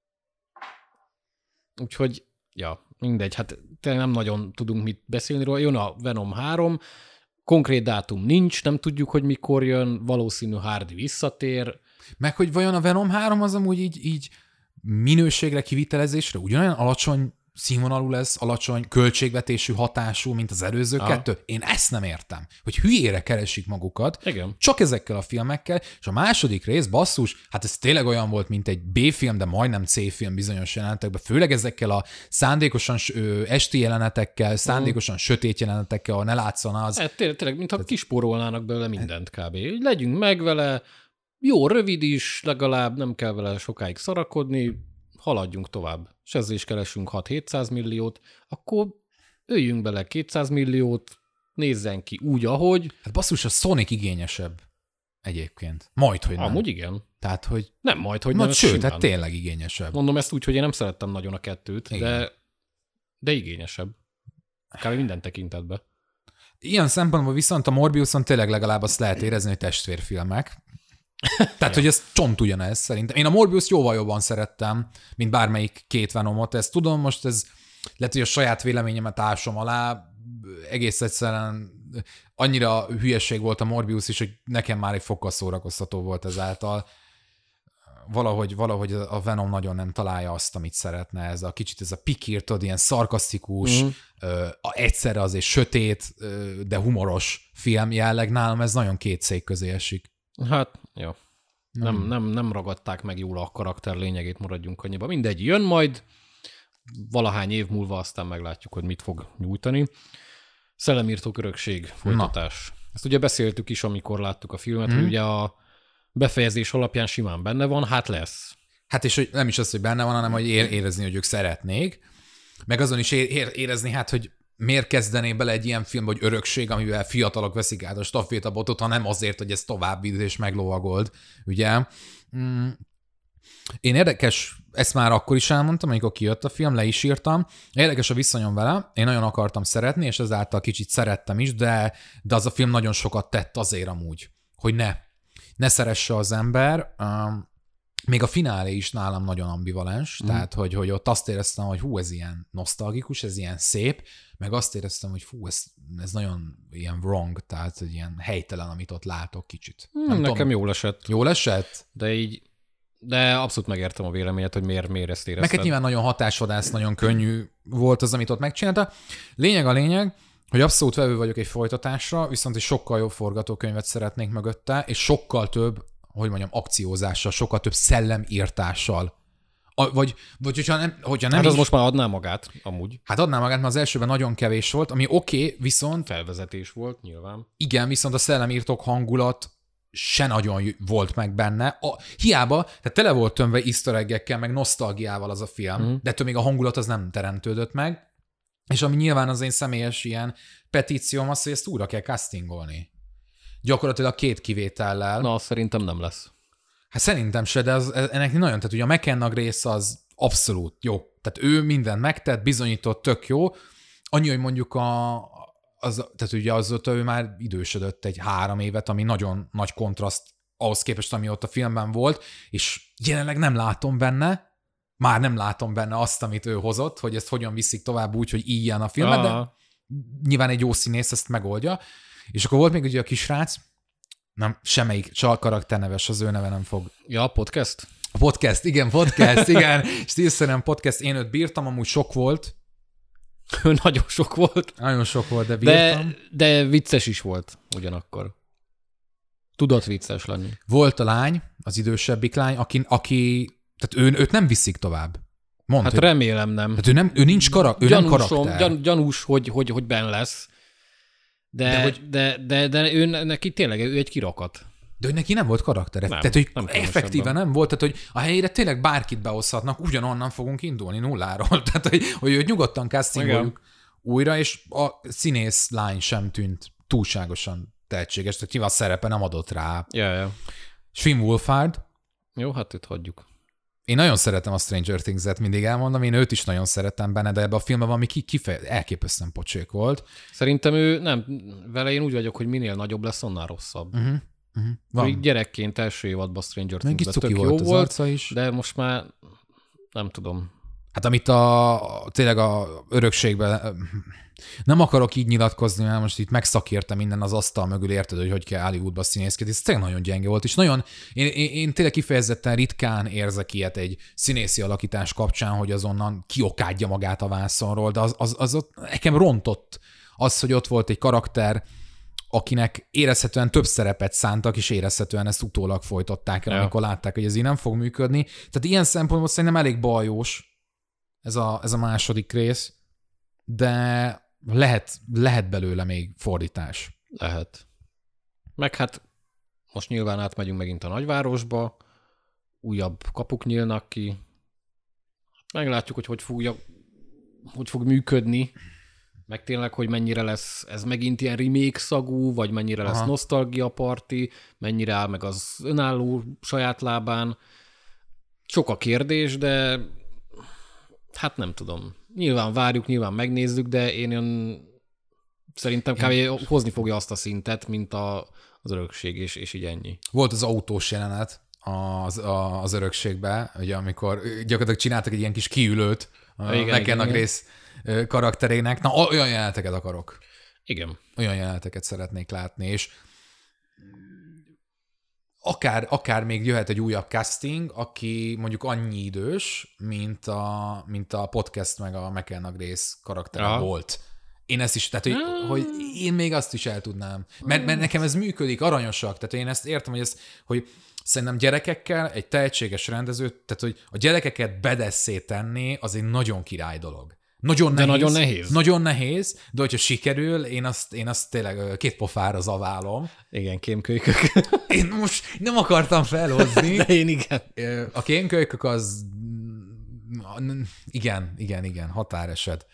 Úgyhogy, ja, mindegy, hát tényleg nem nagyon tudunk mit beszélni róla. Jön a Venom 3, konkrét dátum nincs, nem tudjuk, hogy mikor jön, valószínű Hardy visszatér. Meg hogy vajon a Venom 3 az amúgy így minőségre, kivitelezésre ugyanolyan alacsony színvonalú lesz, alacsony költségvetésű hatású, mint az előző kettő. Én ezt nem értem, hogy hülyére keresik magukat, Igen. csak ezekkel a filmekkel, és a második rész, basszus, hát ez tényleg olyan volt, mint egy B-film, de majdnem C-film bizonyos jelenetekben, főleg ezekkel a szándékosan esti jelenetekkel, szándékosan sötét jelenetekkel, ahol ne látszon az. Hát tényleg, mintha kispórolnának belőle mindent kb. Legyünk meg vele, jó, rövid is, legalább nem kell vele sokáig szarakodni, haladjunk tovább. És ezzel is keresünk 6-700 milliót, akkor öljünk bele 200 milliót, nézzen ki úgy, ahogy. Hát basszus, a Sonic igényesebb egyébként. Majdhogy nem. Amúgy igen. Tehát, hogy... Nem majdhogy nem. Sőt, hát tényleg igényesebb. Mondom ezt úgy, hogy én nem szerettem nagyon a kettőt, de igényesebb. Kb. Minden tekintetben. Ilyen szempontból viszont a Morbiuson tényleg legalább azt lehet érezni, hogy testvérfilmek. Tehát, hogy ez csont ugyanez szerintem. Én a Morbius jóval jobban szerettem, mint bármelyik két Venomot. Ezt tudom, most ez lehet, hogy a saját véleményemet ásom alá. Egész egyszerűen annyira hülyeség volt a Morbius is, hogy nekem már egy fokkal szórakoztató volt ezáltal. Valahogy a Venom nagyon nem találja azt, amit szeretne. Ez a kicsit ez a pikír, tudod, ilyen szarkasztikus, egyszerre azért sötét, de humoros film jelleg. Nálam ez nagyon két szék közé esik. Hát, jó. Nem ragadták meg jól a karakter lényegét, maradjunk annyiba. Mindegy, jön majd, valahány év múlva aztán meglátjuk, hogy mit fog nyújtani. Szellemírtók örökség folytatás. Ezt ugye beszéltük is, amikor láttuk a filmet, hogy ugye a befejezés alapján simán benne van, hát lesz. Hát és hogy nem is az, hogy benne van, hanem hogy érezni, hogy ők szeretnék. Meg azon is érezni, hát, hogy miért kezdené bele egy ilyen film, hogy örökség, amivel fiatalok veszik át a stafétabotot, hanem azért, hogy ez tovább vidd és meglovagold, ugye? Én érdekes, ezt már akkor is elmondtam, amikor kijött a film, le is írtam. Érdekes a viszonyom vele, én nagyon akartam szeretni, és ezáltal kicsit szerettem is, de az a film nagyon sokat tett azért amúgy, hogy ne szeresse az ember. Még a finálé is nálam nagyon ambivalens, tehát hogy ott azt éreztem, hogy ez ilyen nosztalgikus, ez ilyen szép, meg azt éreztem, hogy ez nagyon ilyen wrong, tehát hogy ilyen helytelen, amit ott látok kicsit. Nekem jól esett. Jól esett? De abszolút megértem a véleményet, hogy miért ezt érezted. Meg hát nyilván nagyon hatásvadász, nagyon könnyű volt az, amit ott megcsinálta. A lényeg, hogy abszolút vevő vagyok egy folytatásra, viszont egy sokkal jobb forgatókönyvet szeretnék mögötte, és sokkal több, hogy mondjam, akciózással, sokkal több szellemírtással. Vagy hogyha nem hát is... az most már adná magát, amúgy. Hát adná magát, mert az elsőben nagyon kevés volt, ami oké, viszont... Felvezetés volt, nyilván. Igen, viszont a szellemírtók hangulat se nagyon volt meg benne. Hiába, tehát tele volt tömve easter egg-ekkel, meg nosztalgiával az a film, de ettől még a hangulat az nem teremtődött meg. És ami nyilván az én személyes ilyen petícióm az, hogy ezt újra kell castingolni. Gyakorlatilag 2 kivétellel. Na, szerintem nem lesz. Hát szerintem se, de ennek nagyon, tehát ugye a McKenna rész az abszolút jó. Tehát ő mindent megtett, bizonyított, tök jó. Annyi, hogy mondjuk tehát ugye azóta ő már idősödött egy 3 évet, ami nagyon nagy kontraszt ahhoz képest, ami ott a filmben volt, és jelenleg nem látom benne azt, amit ő hozott, hogy ezt hogyan viszik tovább úgy, hogy ilyen a filmet, de nyilván egy jó színész ezt megoldja. És akkor volt még ugye a kisrác, nem, semmelyik, csak karakterneves, az ő neve nem fog. Ja, podcast? A podcast, igen. Stílszerűen podcast, én őt bírtam, amúgy sok volt. Nagyon sok volt. Nagyon sok volt, de bírtam. De vicces is volt ugyanakkor. Tudott vicces lenni. Volt a lány, az idősebbik lány, aki tehát őt nem viszik tovább. Mondd, hát remélem nem. Hát ő nincs karakter. Gyanús, hogy benn lesz. De neki tényleg ő egy kirakat. De hogy neki nem volt karaktere. Tehát, hogy effektíven nem volt, tehát, hogy a helyére tényleg bárkit behozhatnak, ugyanonnan fogunk indulni nulláról. Tehát, hogy őt nyugodtan castingoljuk újra, és a színész lány sem tűnt túlságosan tehetséges, tehát nyilván a szerepe nem adott rá. Ja. Finn Wolfhard. Jó, hát itt hagyjuk. Én nagyon szeretem a Stranger Things-et, mindig elmondom, én őt is nagyon szeretem benne, de ebben a filmben valami elképesztően pocsék volt. Szerintem ő nem, vele én úgy vagyok, hogy minél nagyobb lesz, annál rosszabb. Így gyerekként első évadban Stranger Things-ben tök jó volt, is. de most már nem tudom. Hát amit tényleg a örökségben, nem akarok így nyilatkozni, mert most itt megszakértem minden az asztal mögül, érted, hogy kell Hollywoodba színészkedni. Ez tényleg nagyon gyenge volt, és nagyon, én tényleg kifejezetten ritkán érzek ilyet egy színészi alakítás kapcsán, hogy azonnan kiokádja magát a vászonról, de az ott nekem rontott az, hogy ott volt egy karakter, akinek érezhetően több szerepet szántak, és érezhetően ezt utólag folytatták el, amikor látták, hogy ez így nem fog működni. Tehát ilyen szempontból szerintem elég bajós ez a második rész, de lehet belőle még fordítás. Lehet. Meg hát most nyilván átmegyünk megint a nagyvárosba, újabb kapuk nyílnak ki, meglátjuk, hogy fog működni, meg tényleg, hogy mennyire lesz ez megint ilyen remake szagú, vagy mennyire lesz nosztalgia party, mennyire áll meg az önálló saját lábán. Sok a kérdés, de hát nem tudom. Nyilván várjuk, nyilván megnézzük, de én szerintem kb. Hozni fogja azt a szintet, mint az örökség, és így ennyi. Volt az autós jelenet az örökségben, ugye, amikor gyakorlatilag csináltak egy ilyen kis kiülőt a McKenna-Grace karakterének. Na, olyan jeleneteket akarok. Igen. Olyan jeleneteket szeretnék látni, és akár még jöhet egy újabb casting, aki mondjuk annyi idős, mint a podcast meg a McKenna-Grace karaktere volt. Én ezt is, tehát hogy én még azt is el tudnám. Mert nekem ez működik, aranyosak. Tehát én ezt értem, hogy szerintem gyerekekkel egy tehetséges rendezőt, tehát hogy a gyerekeket bedesszé tenni, az egy nagyon király dolog. Nagyon nehéz. Nagyon nehéz, de hogyha sikerül, én azt tényleg két pofára zaválom. Igen, kémkölykök. Én most nem akartam felhozni. De én igen. A kémkölykök az... Igen, határeset.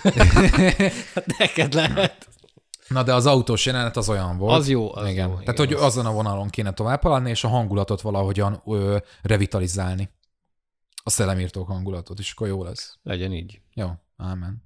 Hát neked lehet. Na, de az autós jelenet az olyan volt. Az jó. Az igen. Jó, Tehát, igen, hogy azon a vonalon kéne tovább haladni, és a hangulatot valahogyan revitalizálni. A szellemírtók hangulatot, és akkor jó lesz. Legyen így. Jó, ámen.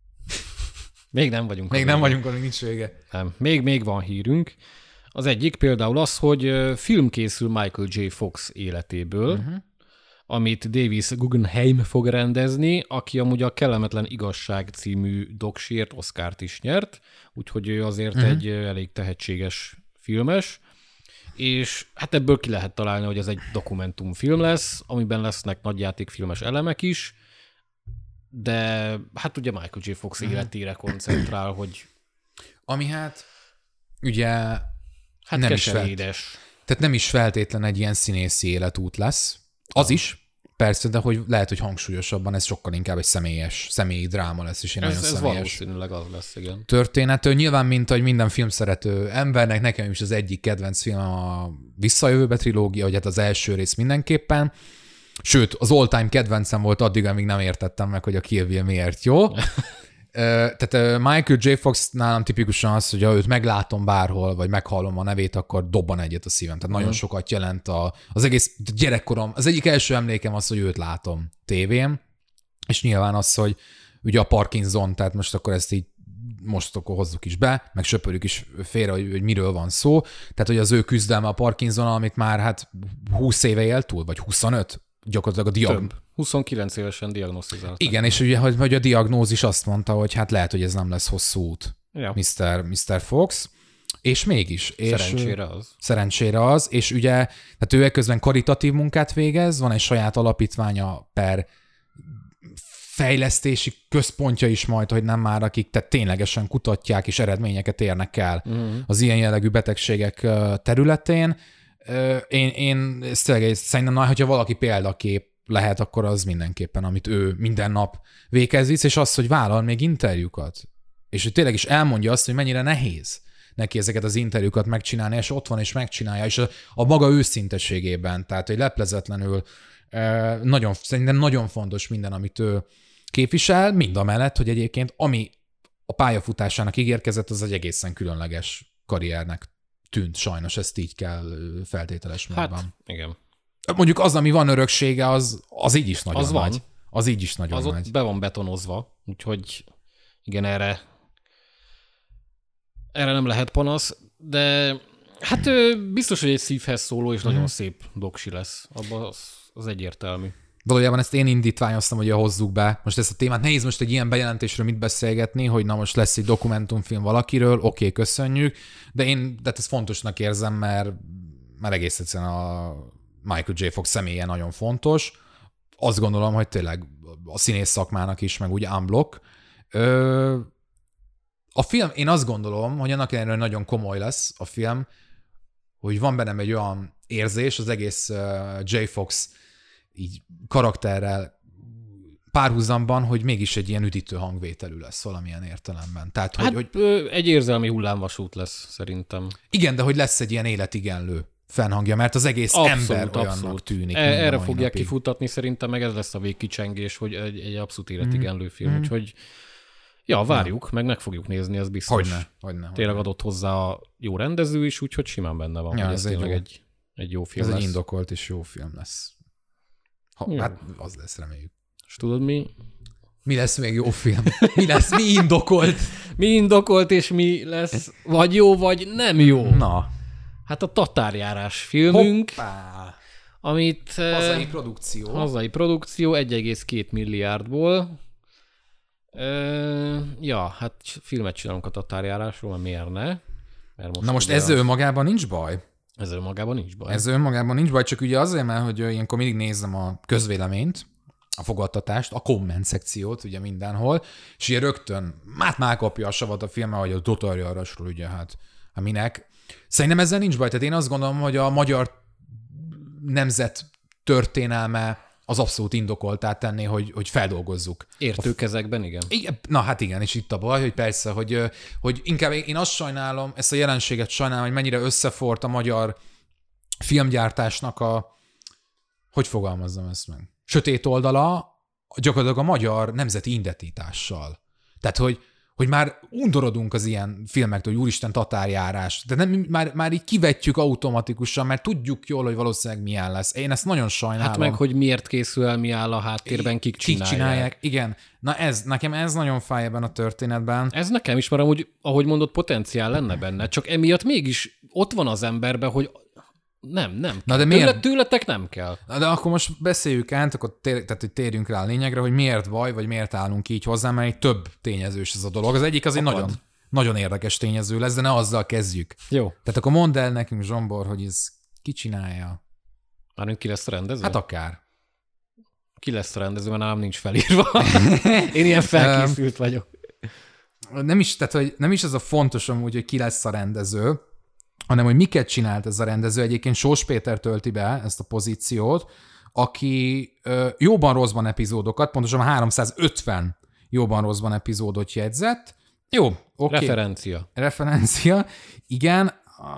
Még nem vagyunk. Még nem vagyunk, amíg nincs vége. Nem. Még van hírünk. Az egyik például az, hogy film készül Michael J. Fox életéből, amit Davis Guggenheim fog rendezni, aki amúgy a Kellemetlen igazság című doksért Oscart is nyert, úgyhogy ő azért egy elég tehetséges filmes, és hát ebből ki lehet találni, hogy ez egy dokumentumfilm lesz, amiben lesznek nagyjátékfilmes elemek is, de hát ugye Michael J. Fox életére koncentrál, hogy... Ami hát ugye hát nem keserédes. Tehát nem is feltétlen egy ilyen színészi életút lesz. Az is, persze, de hogy lehet, hogy hangsúlyosabban ez sokkal inkább egy személyi dráma lesz, és egy nagyon személyes valószínűleg az lesz, igen. történet. Nyilván, mint ahogy minden filmszerető embernek, nekem is az egyik kedvenc film a Visszajövőbe trilógia, vagy hát az első rész mindenképpen. Sőt, az all-time kedvencem volt addig, amíg nem értettem meg, hogy a Kill Bill miért jó. Tehát Michael J. Fox nálam tipikusan az, hogy ha őt meglátom bárhol, vagy meghallom a nevét, akkor dobban egyet a szívem. Tehát nagyon sokat jelent az egész gyerekkorom. Az egyik első emlékem az, hogy őt látom tévén, és nyilván az, hogy ugye a Parkinson, tehát most akkor ezt így akkor hozzuk is be, meg söpörjük is félre, hogy miről van szó. Tehát, hogy az ő küzdelme a Parkinson, amit már hát 20 éve él túl, vagy 25, gyakorlatilag a 29 évesen diagnosztizálták. Igen, és ugye, hogy a diagnózis azt mondta, hogy hát lehet, hogy ez nem lesz hosszú út, ja. Mr. Fox, és mégis. Szerencsére az, és ugye, tehát ő közben karitatív munkát végez, van egy saját alapítványa per fejlesztési központja is majd, hogy nem már akik tehát ténylegesen kutatják és eredményeket érnek el az ilyen jellegű betegségek területén. Én szerintem, hogyha valaki példakép lehet, akkor az mindenképpen, amit ő minden nap véghez visz, és az, hogy vállal még interjúkat. És hogy tényleg is elmondja azt, hogy mennyire nehéz neki ezeket az interjúkat megcsinálni, és ott van, és megcsinálja, és a maga őszintességében, tehát, hogy leplezetlenül szerintem nagyon fontos minden, amit ő képvisel, mind a mellett, hogy egyébként ami a pályafutásának ígérkezett, az egy egészen különleges karriernek tűnt. Sajnos ezt így kell feltételes módban. Hát, igen. Mondjuk az, ami van öröksége, Az így is nagyon Az nagy. van. Az így is nagyon Az nagy. ott be van betonozva, úgyhogy igen, erre nem lehet panasz, de hát biztos, hogy egy szívhez szóló és nagyon szép doksi lesz. Abban az egyértelmű. Valójában ezt én indítványoztam, hogy hozzuk be. Most ezt a témát nehéz most egy ilyen bejelentésről mit beszélgetni, hogy na most lesz egy dokumentumfilm valakiről, oké, köszönjük, de ezt fontosnak érzem, mert egész egyszerűen a Michael J. Fox személye nagyon fontos. Azt gondolom, hogy tényleg a színész szakmának is, meg úgy unblock. A film, én azt gondolom, hogy annak ellenére nagyon komoly lesz a film, hogy van bennem egy olyan érzés az egész J. Fox így karakterrel párhuzamban, hogy mégis egy ilyen üdítő hangvételű lesz valamilyen értelemben. Tehát, hogy egy érzelmi hullámvasút lesz, szerintem. Igen, de hogy lesz egy ilyen életigenlő fennhangja, mert az egész ember olyannak tűnik. Erre fogják kifutatni szerintem, meg ez lesz a végkicsengés, hogy egy abszolút életigenlő film, úgyhogy várjuk, meg fogjuk nézni, ez biztos. Hogyne. Tényleg adott hozzá a jó rendező is, úgyhogy simán benne van, hogy ez tényleg egy jó film lesz. Ez egy indokolt és jó film lesz. Hát az lesz, reméljük. És tudod mi? Mi lesz még jó film? Mi indokolt? Mi indokolt, és mi lesz vagy jó, vagy nem jó? Na. Hát a Tatárjárás filmünk, Hoppá. amit... Hazai produkció 1,2 milliárdból. Hát filmet csinálunk a Tatárjárásról, mert miért ne? Na most ez önmagában nincs baj. Ez önmagában nincs baj. Ez önmagában nincs baj, csak ugye azért, mert hogy ilyenkor mindig nézem a közvéleményt, a fogadtatást, a komment szekciót ugye mindenhol, és ugye rögtön már kapja a savat a filmmel, hogy a Tatárjárásról ugye hát minek. Szerintem ezzel nincs baj, tehát én azt gondolom, hogy a magyar nemzet történelme az abszolút indokoltá tenni, hogy feldolgozzuk. Értőkezekben, igen. Na hát igen, és itt a baj, hogy persze, hogy inkább én azt sajnálom, ezt a jelenséget sajnálom, hogy mennyire összefort a magyar filmgyártásnak hogy fogalmazzam ezt meg? Sötét oldala gyakorlatilag a magyar nemzeti identitással. Tehát, hogy már undorodunk az ilyen filmektől, hogy úristen, Tatárjárás. De nem, már így kivetjük automatikusan, mert tudjuk jól, hogy valószínűleg milyen lesz. Én ezt nagyon sajnálom. Hát meg, hogy miért készül el, mi áll a háttérben, kik csinálják. Igen. Na nekem ez nagyon fáj ebben a történetben. Ez nekem is, mert amúgy, ahogy mondott, potenciál lenne benne, csak emiatt mégis ott van az emberben, hogy nem. Na de miért? Tőletek nem kell. Na de akkor most beszéljük át, akkor tehát, hogy térjünk rá a lényegre, hogy miért baj, vagy miért állunk így hozzá, mert egy több tényezős ez a dolog. Az egyik az egy nagyon, nagyon érdekes tényező lesz, de ne azzal kezdjük. Jó. Tehát akkor mondd el nekünk, Zsombor, hogy ez ki csinálja? Mármint ki lesz a rendező? Hát akár. Ki lesz a rendező, mert nálam nincs felírva. Én ilyen felkészült vagyok. Nem is ez a fontos amúgy, hogy ki lesz a rendező, hanem hogy miket csinált ez a rendező. Egyébként Sós Péter tölti be ezt a pozíciót, aki jóban rosszban epizódokat, pontosan 350 jóban rosszban epizódot jegyzett. Jó, oké. Referencia, igen.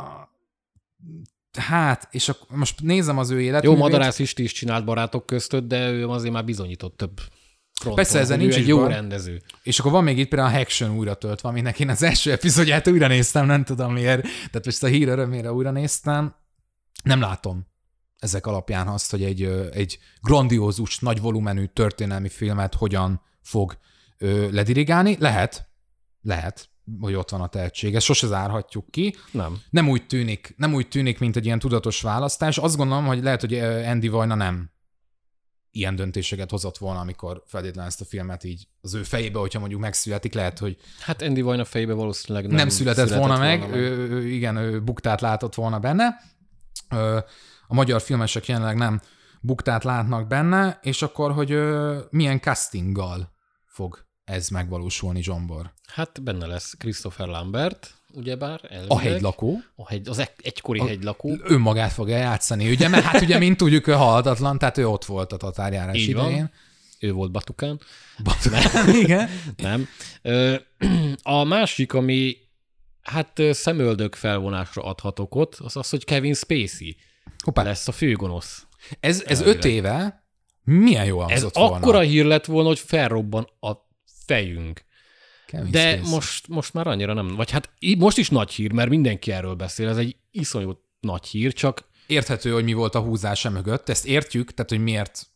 Hát, és most nézem az ő életművét. Jó, Madarász Isti is csinált Barátok köztött, de ő azért már bizonyított több fronton. Persze, ezzel nincs egy jó rendező. És akkor van még itt például a Haction újra töltve, aminek én az első epizódját újra néztem, nem tudom miért. Tehát most a hír örömére újra néztem. Nem látom ezek alapján azt, hogy egy grandiózus, nagy volumenű történelmi filmet hogyan fog ledirigálni. Lehet, hogy ott van a tehetség. Ezt sose zárhatjuk ki. Nem úgy tűnik, mint egy ilyen tudatos választás. Azt gondolom, hogy lehet, hogy Andy Vajna nem ilyen döntéseket hozott volna, amikor feltétlenül ezt a filmet így az ő fejébe, hogyha mondjuk megszületik, lehet, hogy... Hát Andy Vajna fejébe valószínűleg nem született volna meg. Ő buktát látott volna benne. A magyar filmesek jelenleg nem buktát látnak benne, és akkor, hogy milyen castinggal fog ez megvalósulni, Zsombor? Hát benne lesz Christopher Lambert, ugyebár. Elvileg. A hegylakó. Az egykori hegylakó. Önmagát fogja játszani, ugye? Mert hát ugye, mint tudjuk, ő halhatatlan, tehát ő ott volt a Tatárjárás így idején. Van. Ő volt Batukán. Igen. Nem. A másik, ami hát szemöldök felvonásra adhatok ott, az, hogy Kevin Spacey lesz a főgonosz. Ez 5 éve milyen jó hangzott volna. Ez akkora hír lett volna, hogy felrobban a fejünk. Kevin de Spacey. most már annyira nem. Vagy hát most is nagy hír, mert mindenki erről beszél. Ez egy iszonyú nagy hír, csak... Érthető, hogy mi volt a húzása mögött. Ezt értjük, tehát hogy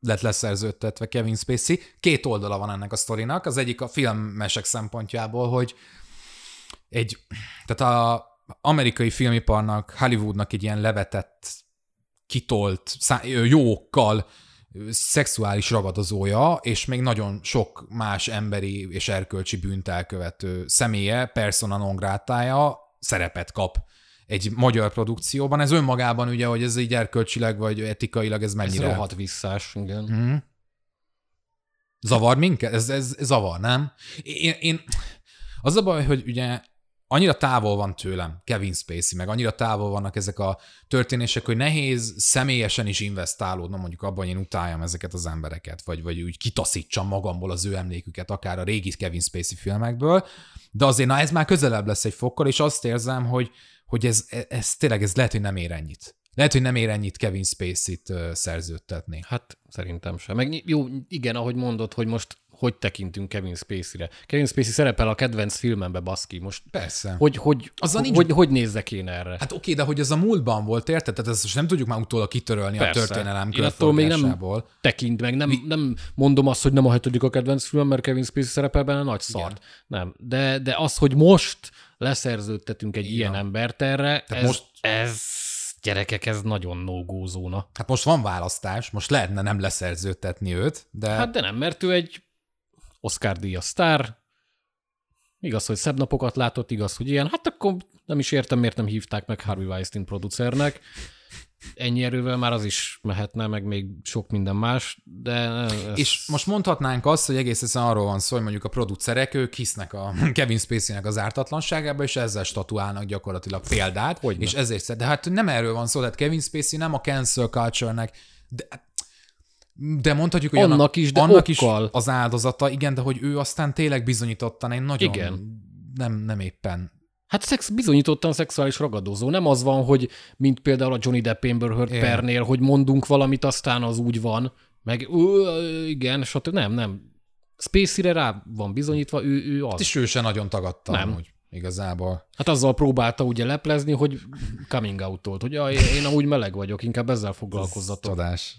lett leszerződtetve Kevin Spacey. Két oldala van ennek a sztorinak. Az egyik a filmmesek szempontjából, hogy tehát az amerikai filmiparnak, Hollywoodnak egy ilyen levetett, kitolt, jókkal szexuális ragadozója, és még nagyon sok más emberi és erkölcsi bűnt elkövető személye, persona non gratája szerepet kap egy magyar produkcióban. Ez önmagában ugye, hogy ez így erkölcsileg vagy etikailag ez mennyire... Ez rohadt visszás, igen. Zavar minket? Ez zavar, nem? Én az a baj, hogy ugye annyira távol van tőlem Kevin Spacey, meg annyira távol vannak ezek a történések, hogy nehéz személyesen is investálódnom mondjuk abban, hogy én utáljam ezeket az embereket, vagy úgy kitaszítsam magamból az ő emléküket, akár a régi Kevin Spacey filmekből, de azért ez már közelebb lesz egy fokkal, és azt érzem, hogy ez tényleg lehet, hogy nem ér ennyit. Lehet, hogy nem ér ennyit Kevin Spacey-t szerződtetni. Hát szerintem sem. Meg jó, igen, ahogy mondod, hogy most hogy tekintünk Kevin Spacey-re. Kevin Spacey szerepel a kedvenc filmembe, baszki. Most persze. Hogy nézzek én erre? Hát oké, de hogy az a múltban volt, érted? Tehát ezt most nem tudjuk már utólag kitörölni persze. A történelem körforgásából. Még nem tekint meg, nem mondom azt, hogy nem a 7. a kedvenc film, mert Kevin Spacey szerepel benne, nagy szart. Nem. De az, hogy most leszerződtetünk egy ilyen embert erre, gyerekek, ez nagyon no-go zóna. Hát most van választás, most lehetne nem leszerződtetni őt, de... Hát de nem, mert ő egy Oscar-díjas sztár, igaz, hogy szebb napokat látott, igaz, hogy ilyen, hát akkor nem is értem, miért nem hívták meg Harvey Weinstein producernek. Ennyi erővel már az is mehetne, meg még sok minden más, de... És most mondhatnánk azt, hogy egész egyszerűen arról van szó, hogy mondjuk a producerek, ők hisznek a Kevin Spacey-nek az ártatlanságába, és ezzel statuálnak gyakorlatilag példát, Hogyne. És ezért de hát nem erről van szó, tehát Kevin Spacey nem a cancel culture-nek, de mondhatjuk, hogy annak is az áldozata, igen, de hogy ő aztán tényleg bizonyítottan egy nagyon nem éppen... Hát bizonyítottan szexuális ragadozó. Nem az van, hogy mint például a Johnny Depp Amber Heard pernél, hogy mondunk valamit, aztán az úgy van, meg igen, stb. Nem. Spacey-re rá van bizonyítva, ő az. És ő se nagyon tagadta, amúgy igazából. Hát azzal próbálta ugye leplezni, hogy coming out-olt, hogy én amúgy meleg vagyok, inkább ezzel foglalkozzatok. Tudás.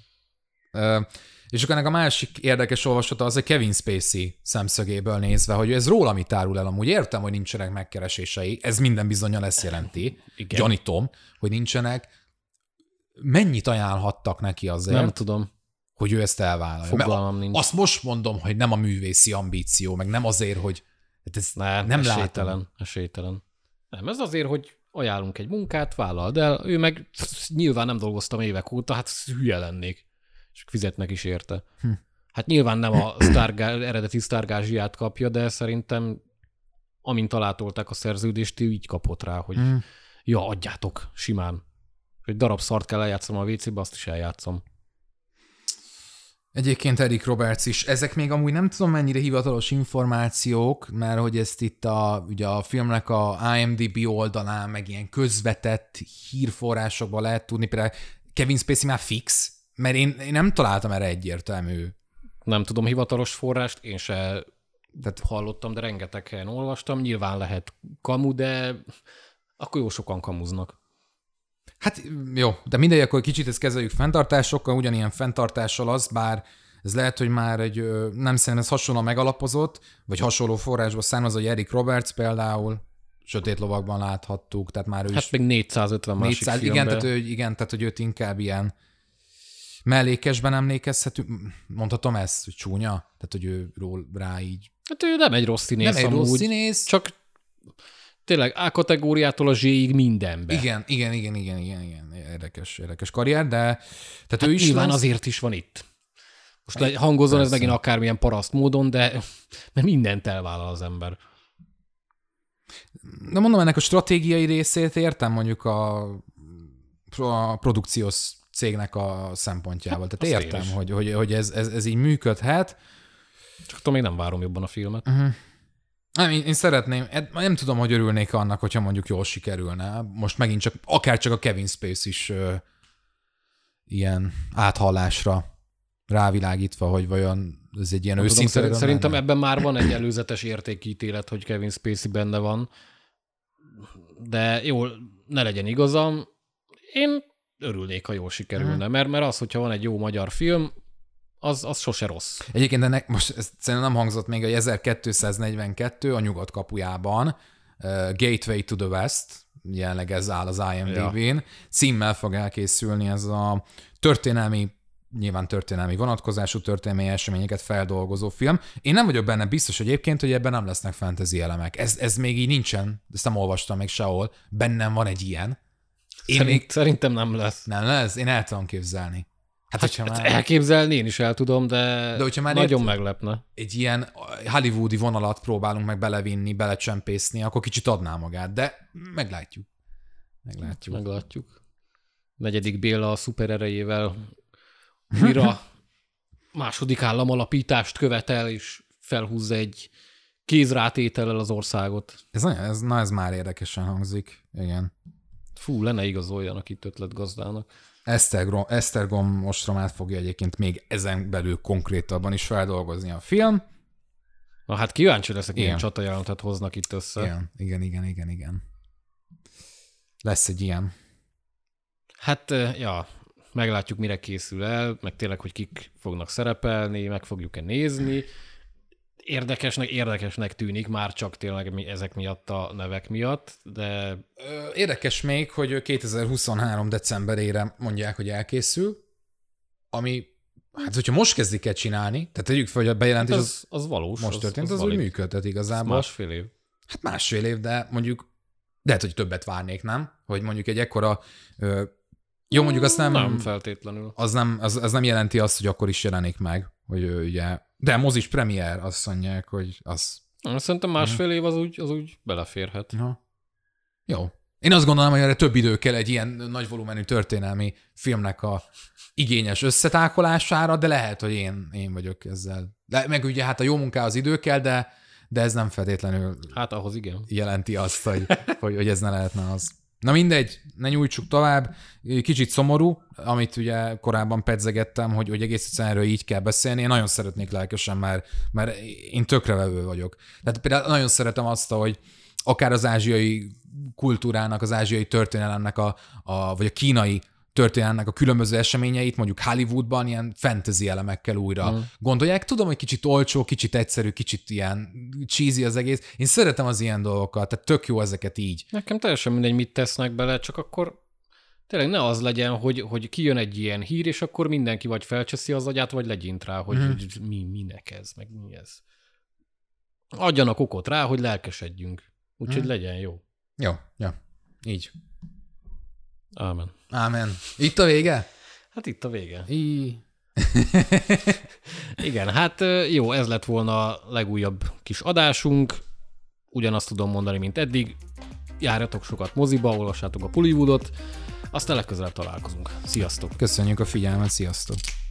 És akkor ennek a másik érdekes olvasata az, hogy Kevin Spacey szemszögéből nézve, hogy ez róla mit árul el. Amúgy értem, hogy nincsenek megkeresései, ez minden bizonnyal ezt jelenti. Gyanítom, hogy nincsenek. Mennyit ajánlhattak neki azért? Nem tudom. Hogy ő ezt elvállalja. Fogalmam nincs. Azt most mondom, hogy nem a művészi ambíció, meg nem azért, hogy ez nem látom. Esélytelen. Nem, ez azért, hogy ajánlunk egy munkát, vállald el, ő meg nyilván nem dolgoztam évek óta, hát hülye lennék. És fizetnek is érte. Hát nyilván nem a eredeti sztárgázsiát kapja, de szerintem amint alátolták a szerződést, ő így kapott rá, hogy ja, adjátok, simán. Egy darab szart kell eljátszanom a WC-be, azt is eljátszom. Egyébként Eric Roberts is. Ezek még amúgy nem tudom mennyire hivatalos információk, mert hogy ezt itt ugye a filmnek a IMDb oldalán, meg ilyen közvetett hírforrásokban lehet tudni. Például Kevin Spacey már fix, mert én nem találtam erre egyértelmű. Nem tudom hivatalos forrást, én se hallottam, de rengeteg helyen olvastam. Nyilván lehet kamu, de akkor jó sokan kamuznak. Hát jó, de mindegy, akkor kicsit ezt kezeljük fenntartásokkal, ugyanilyen fenntartással az, bár ez lehet, hogy már nem szerintem ez hasonlóan megalapozott, vagy hasonló forrásból származ, hogy Eric Roberts például Sötét lovakban láthattuk, tehát már ő is... Hát még 450 másik filmben. Tehát hogy őt inkább ilyen mellékesben emlékezhetünk. Mondhatom ezt, hogy csúnya? Tehát, hogy ő rá így... Hát ő nem egy rossz színész. Nem egy rossz színész. Csak tényleg A kategóriától a Z-ig mindenben. Igen. Érdekes karrier, de tehát hát ő is nyilván azért is van itt. Most hangozom ez megint akármilyen paraszt módon, de mert mindent elvállal az ember. De mondom, ennek a stratégiai részét értem mondjuk a produkciós cégnek a szempontjával. Hát, tehát értem, hogy ez így működhet. Csak tudom, még nem várom jobban a filmet. Nem, én szeretném, nem tudom, hogy örülnék annak, hogyha mondjuk jól sikerülne. Most megint csak, akár csak a Kevin Spacey is ilyen áthallásra rávilágítva, hogy vajon ez egy ilyen őszinte. Szerintem ebben már van egy előzetes értékítélet, hogy Kevin Spacey benne van. De jó, ne legyen igazam. Én örülnék, ha jól sikerülne. Mert az, hogyha van egy jó magyar film, az sose rossz. Egyébként ennek most ez szerintem nem hangzott még, hogy 1242 a nyugat kapujában, Gateway to the West, jelenleg ez áll az IMDb-n, címmel fog elkészülni ez a nyilván történelmi vonatkozású történelmi eseményeket feldolgozó film. Én nem vagyok benne biztos egyébként, hogy ebben nem lesznek fantasy elemek. Ez még így nincsen, ezt nem olvastam még sehol. Bennem van egy ilyen. Szerintem nem lesz. Nem lesz? Én el tudom képzelni. Elképzelni én is el tudom, de már nagyon meglepne. Egy ilyen hollywoodi vonalat próbálunk meg belevinni, belecsempészni, akkor kicsit adná magát, de meglátjuk. Meglátjuk. Negyedik Béla a szupererejével újra második államalapítást követel, és felhúzza egy kézrátétellel az országot. Ez már érdekesen hangzik. Igen. Fú, lenne igazoljanak itt ötletgazdának. Esztergom ostromát fogja egyébként még ezen belül konkrétabban is feldolgozni a film. Na hát kíváncsi leszek, ilyen csatajelentet hoznak itt össze. Igen. Lesz egy ilyen. Hát, meglátjuk, mire készül el, meg tényleg, hogy kik fognak szerepelni, meg fogjuk-e nézni. Érdekesnek tűnik, már csak tényleg ezek miatt a nevek miatt, de... Érdekes még, hogy 2023. decemberére mondják, hogy elkészül, ami, hát hogyha most kezdik el csinálni, tehát tegyük fel, hogy a bejelentés az valós. Most történt, az úgy működhet igazából. Másfél év. Hát másfél év, de mondjuk lehet, hogy többet várnék, nem? Hogy mondjuk egy ekkora... Jó, mondjuk azt nem feltétlenül. Az nem jelenti azt, hogy akkor is jelenik meg, hogy ugye... De mozis premier, azt mondják, hogy az... Szerintem másfél év az úgy beleférhet. Aha. Jó. Én azt gondolom, hogy erre több idő kell egy ilyen nagy volumenű történelmi filmnek a igényes összetákolására, de lehet, hogy én vagyok ezzel. De meg ugye hát a jó munkához idő kell, de ez nem feltétlenül hát ahhoz igen. Jelenti azt, hogy ez ne lehetne az. Na mindegy, ne nyújtsuk tovább. Kicsit szomorú, amit ugye korábban pedzegettem, hogy egész egyszerűen erről így kell beszélni. Én nagyon szeretnék lelkesen, mert én tökrevevő vagyok. Tehát például nagyon szeretem azt, hogy akár az ázsiai kultúrának, az ázsiai történelemnek, vagy a kínai történelmnek a különböző eseményeit, mondjuk Hollywoodban ilyen fantasy elemekkel újra gondolják. Tudom, hogy kicsit olcsó, kicsit egyszerű, kicsit ilyen cheesy az egész. Én szeretem az ilyen dolgokat, tehát tök jó ezeket így. Nekem teljesen mindegy, mit tesznek bele, csak akkor tényleg ne az legyen, hogy kijön egy ilyen hír, és akkor mindenki vagy felcseszi az agyát, vagy legyint rá, hogy minek ez, meg mi ez. Adjanak okot rá, hogy lelkesedjünk. Úgyhogy legyen jó. Jó, így. Ámen. Itt a vége? Hát itt a vége. Igen, hát jó, ez lett volna a legújabb kis adásunk. Ugyanazt tudom mondani, mint eddig. Járjatok sokat moziba, olvassátok a Hollywoodot. Aztán legközelebb találkozunk. Sziasztok! Köszönjük a figyelmet, sziasztok!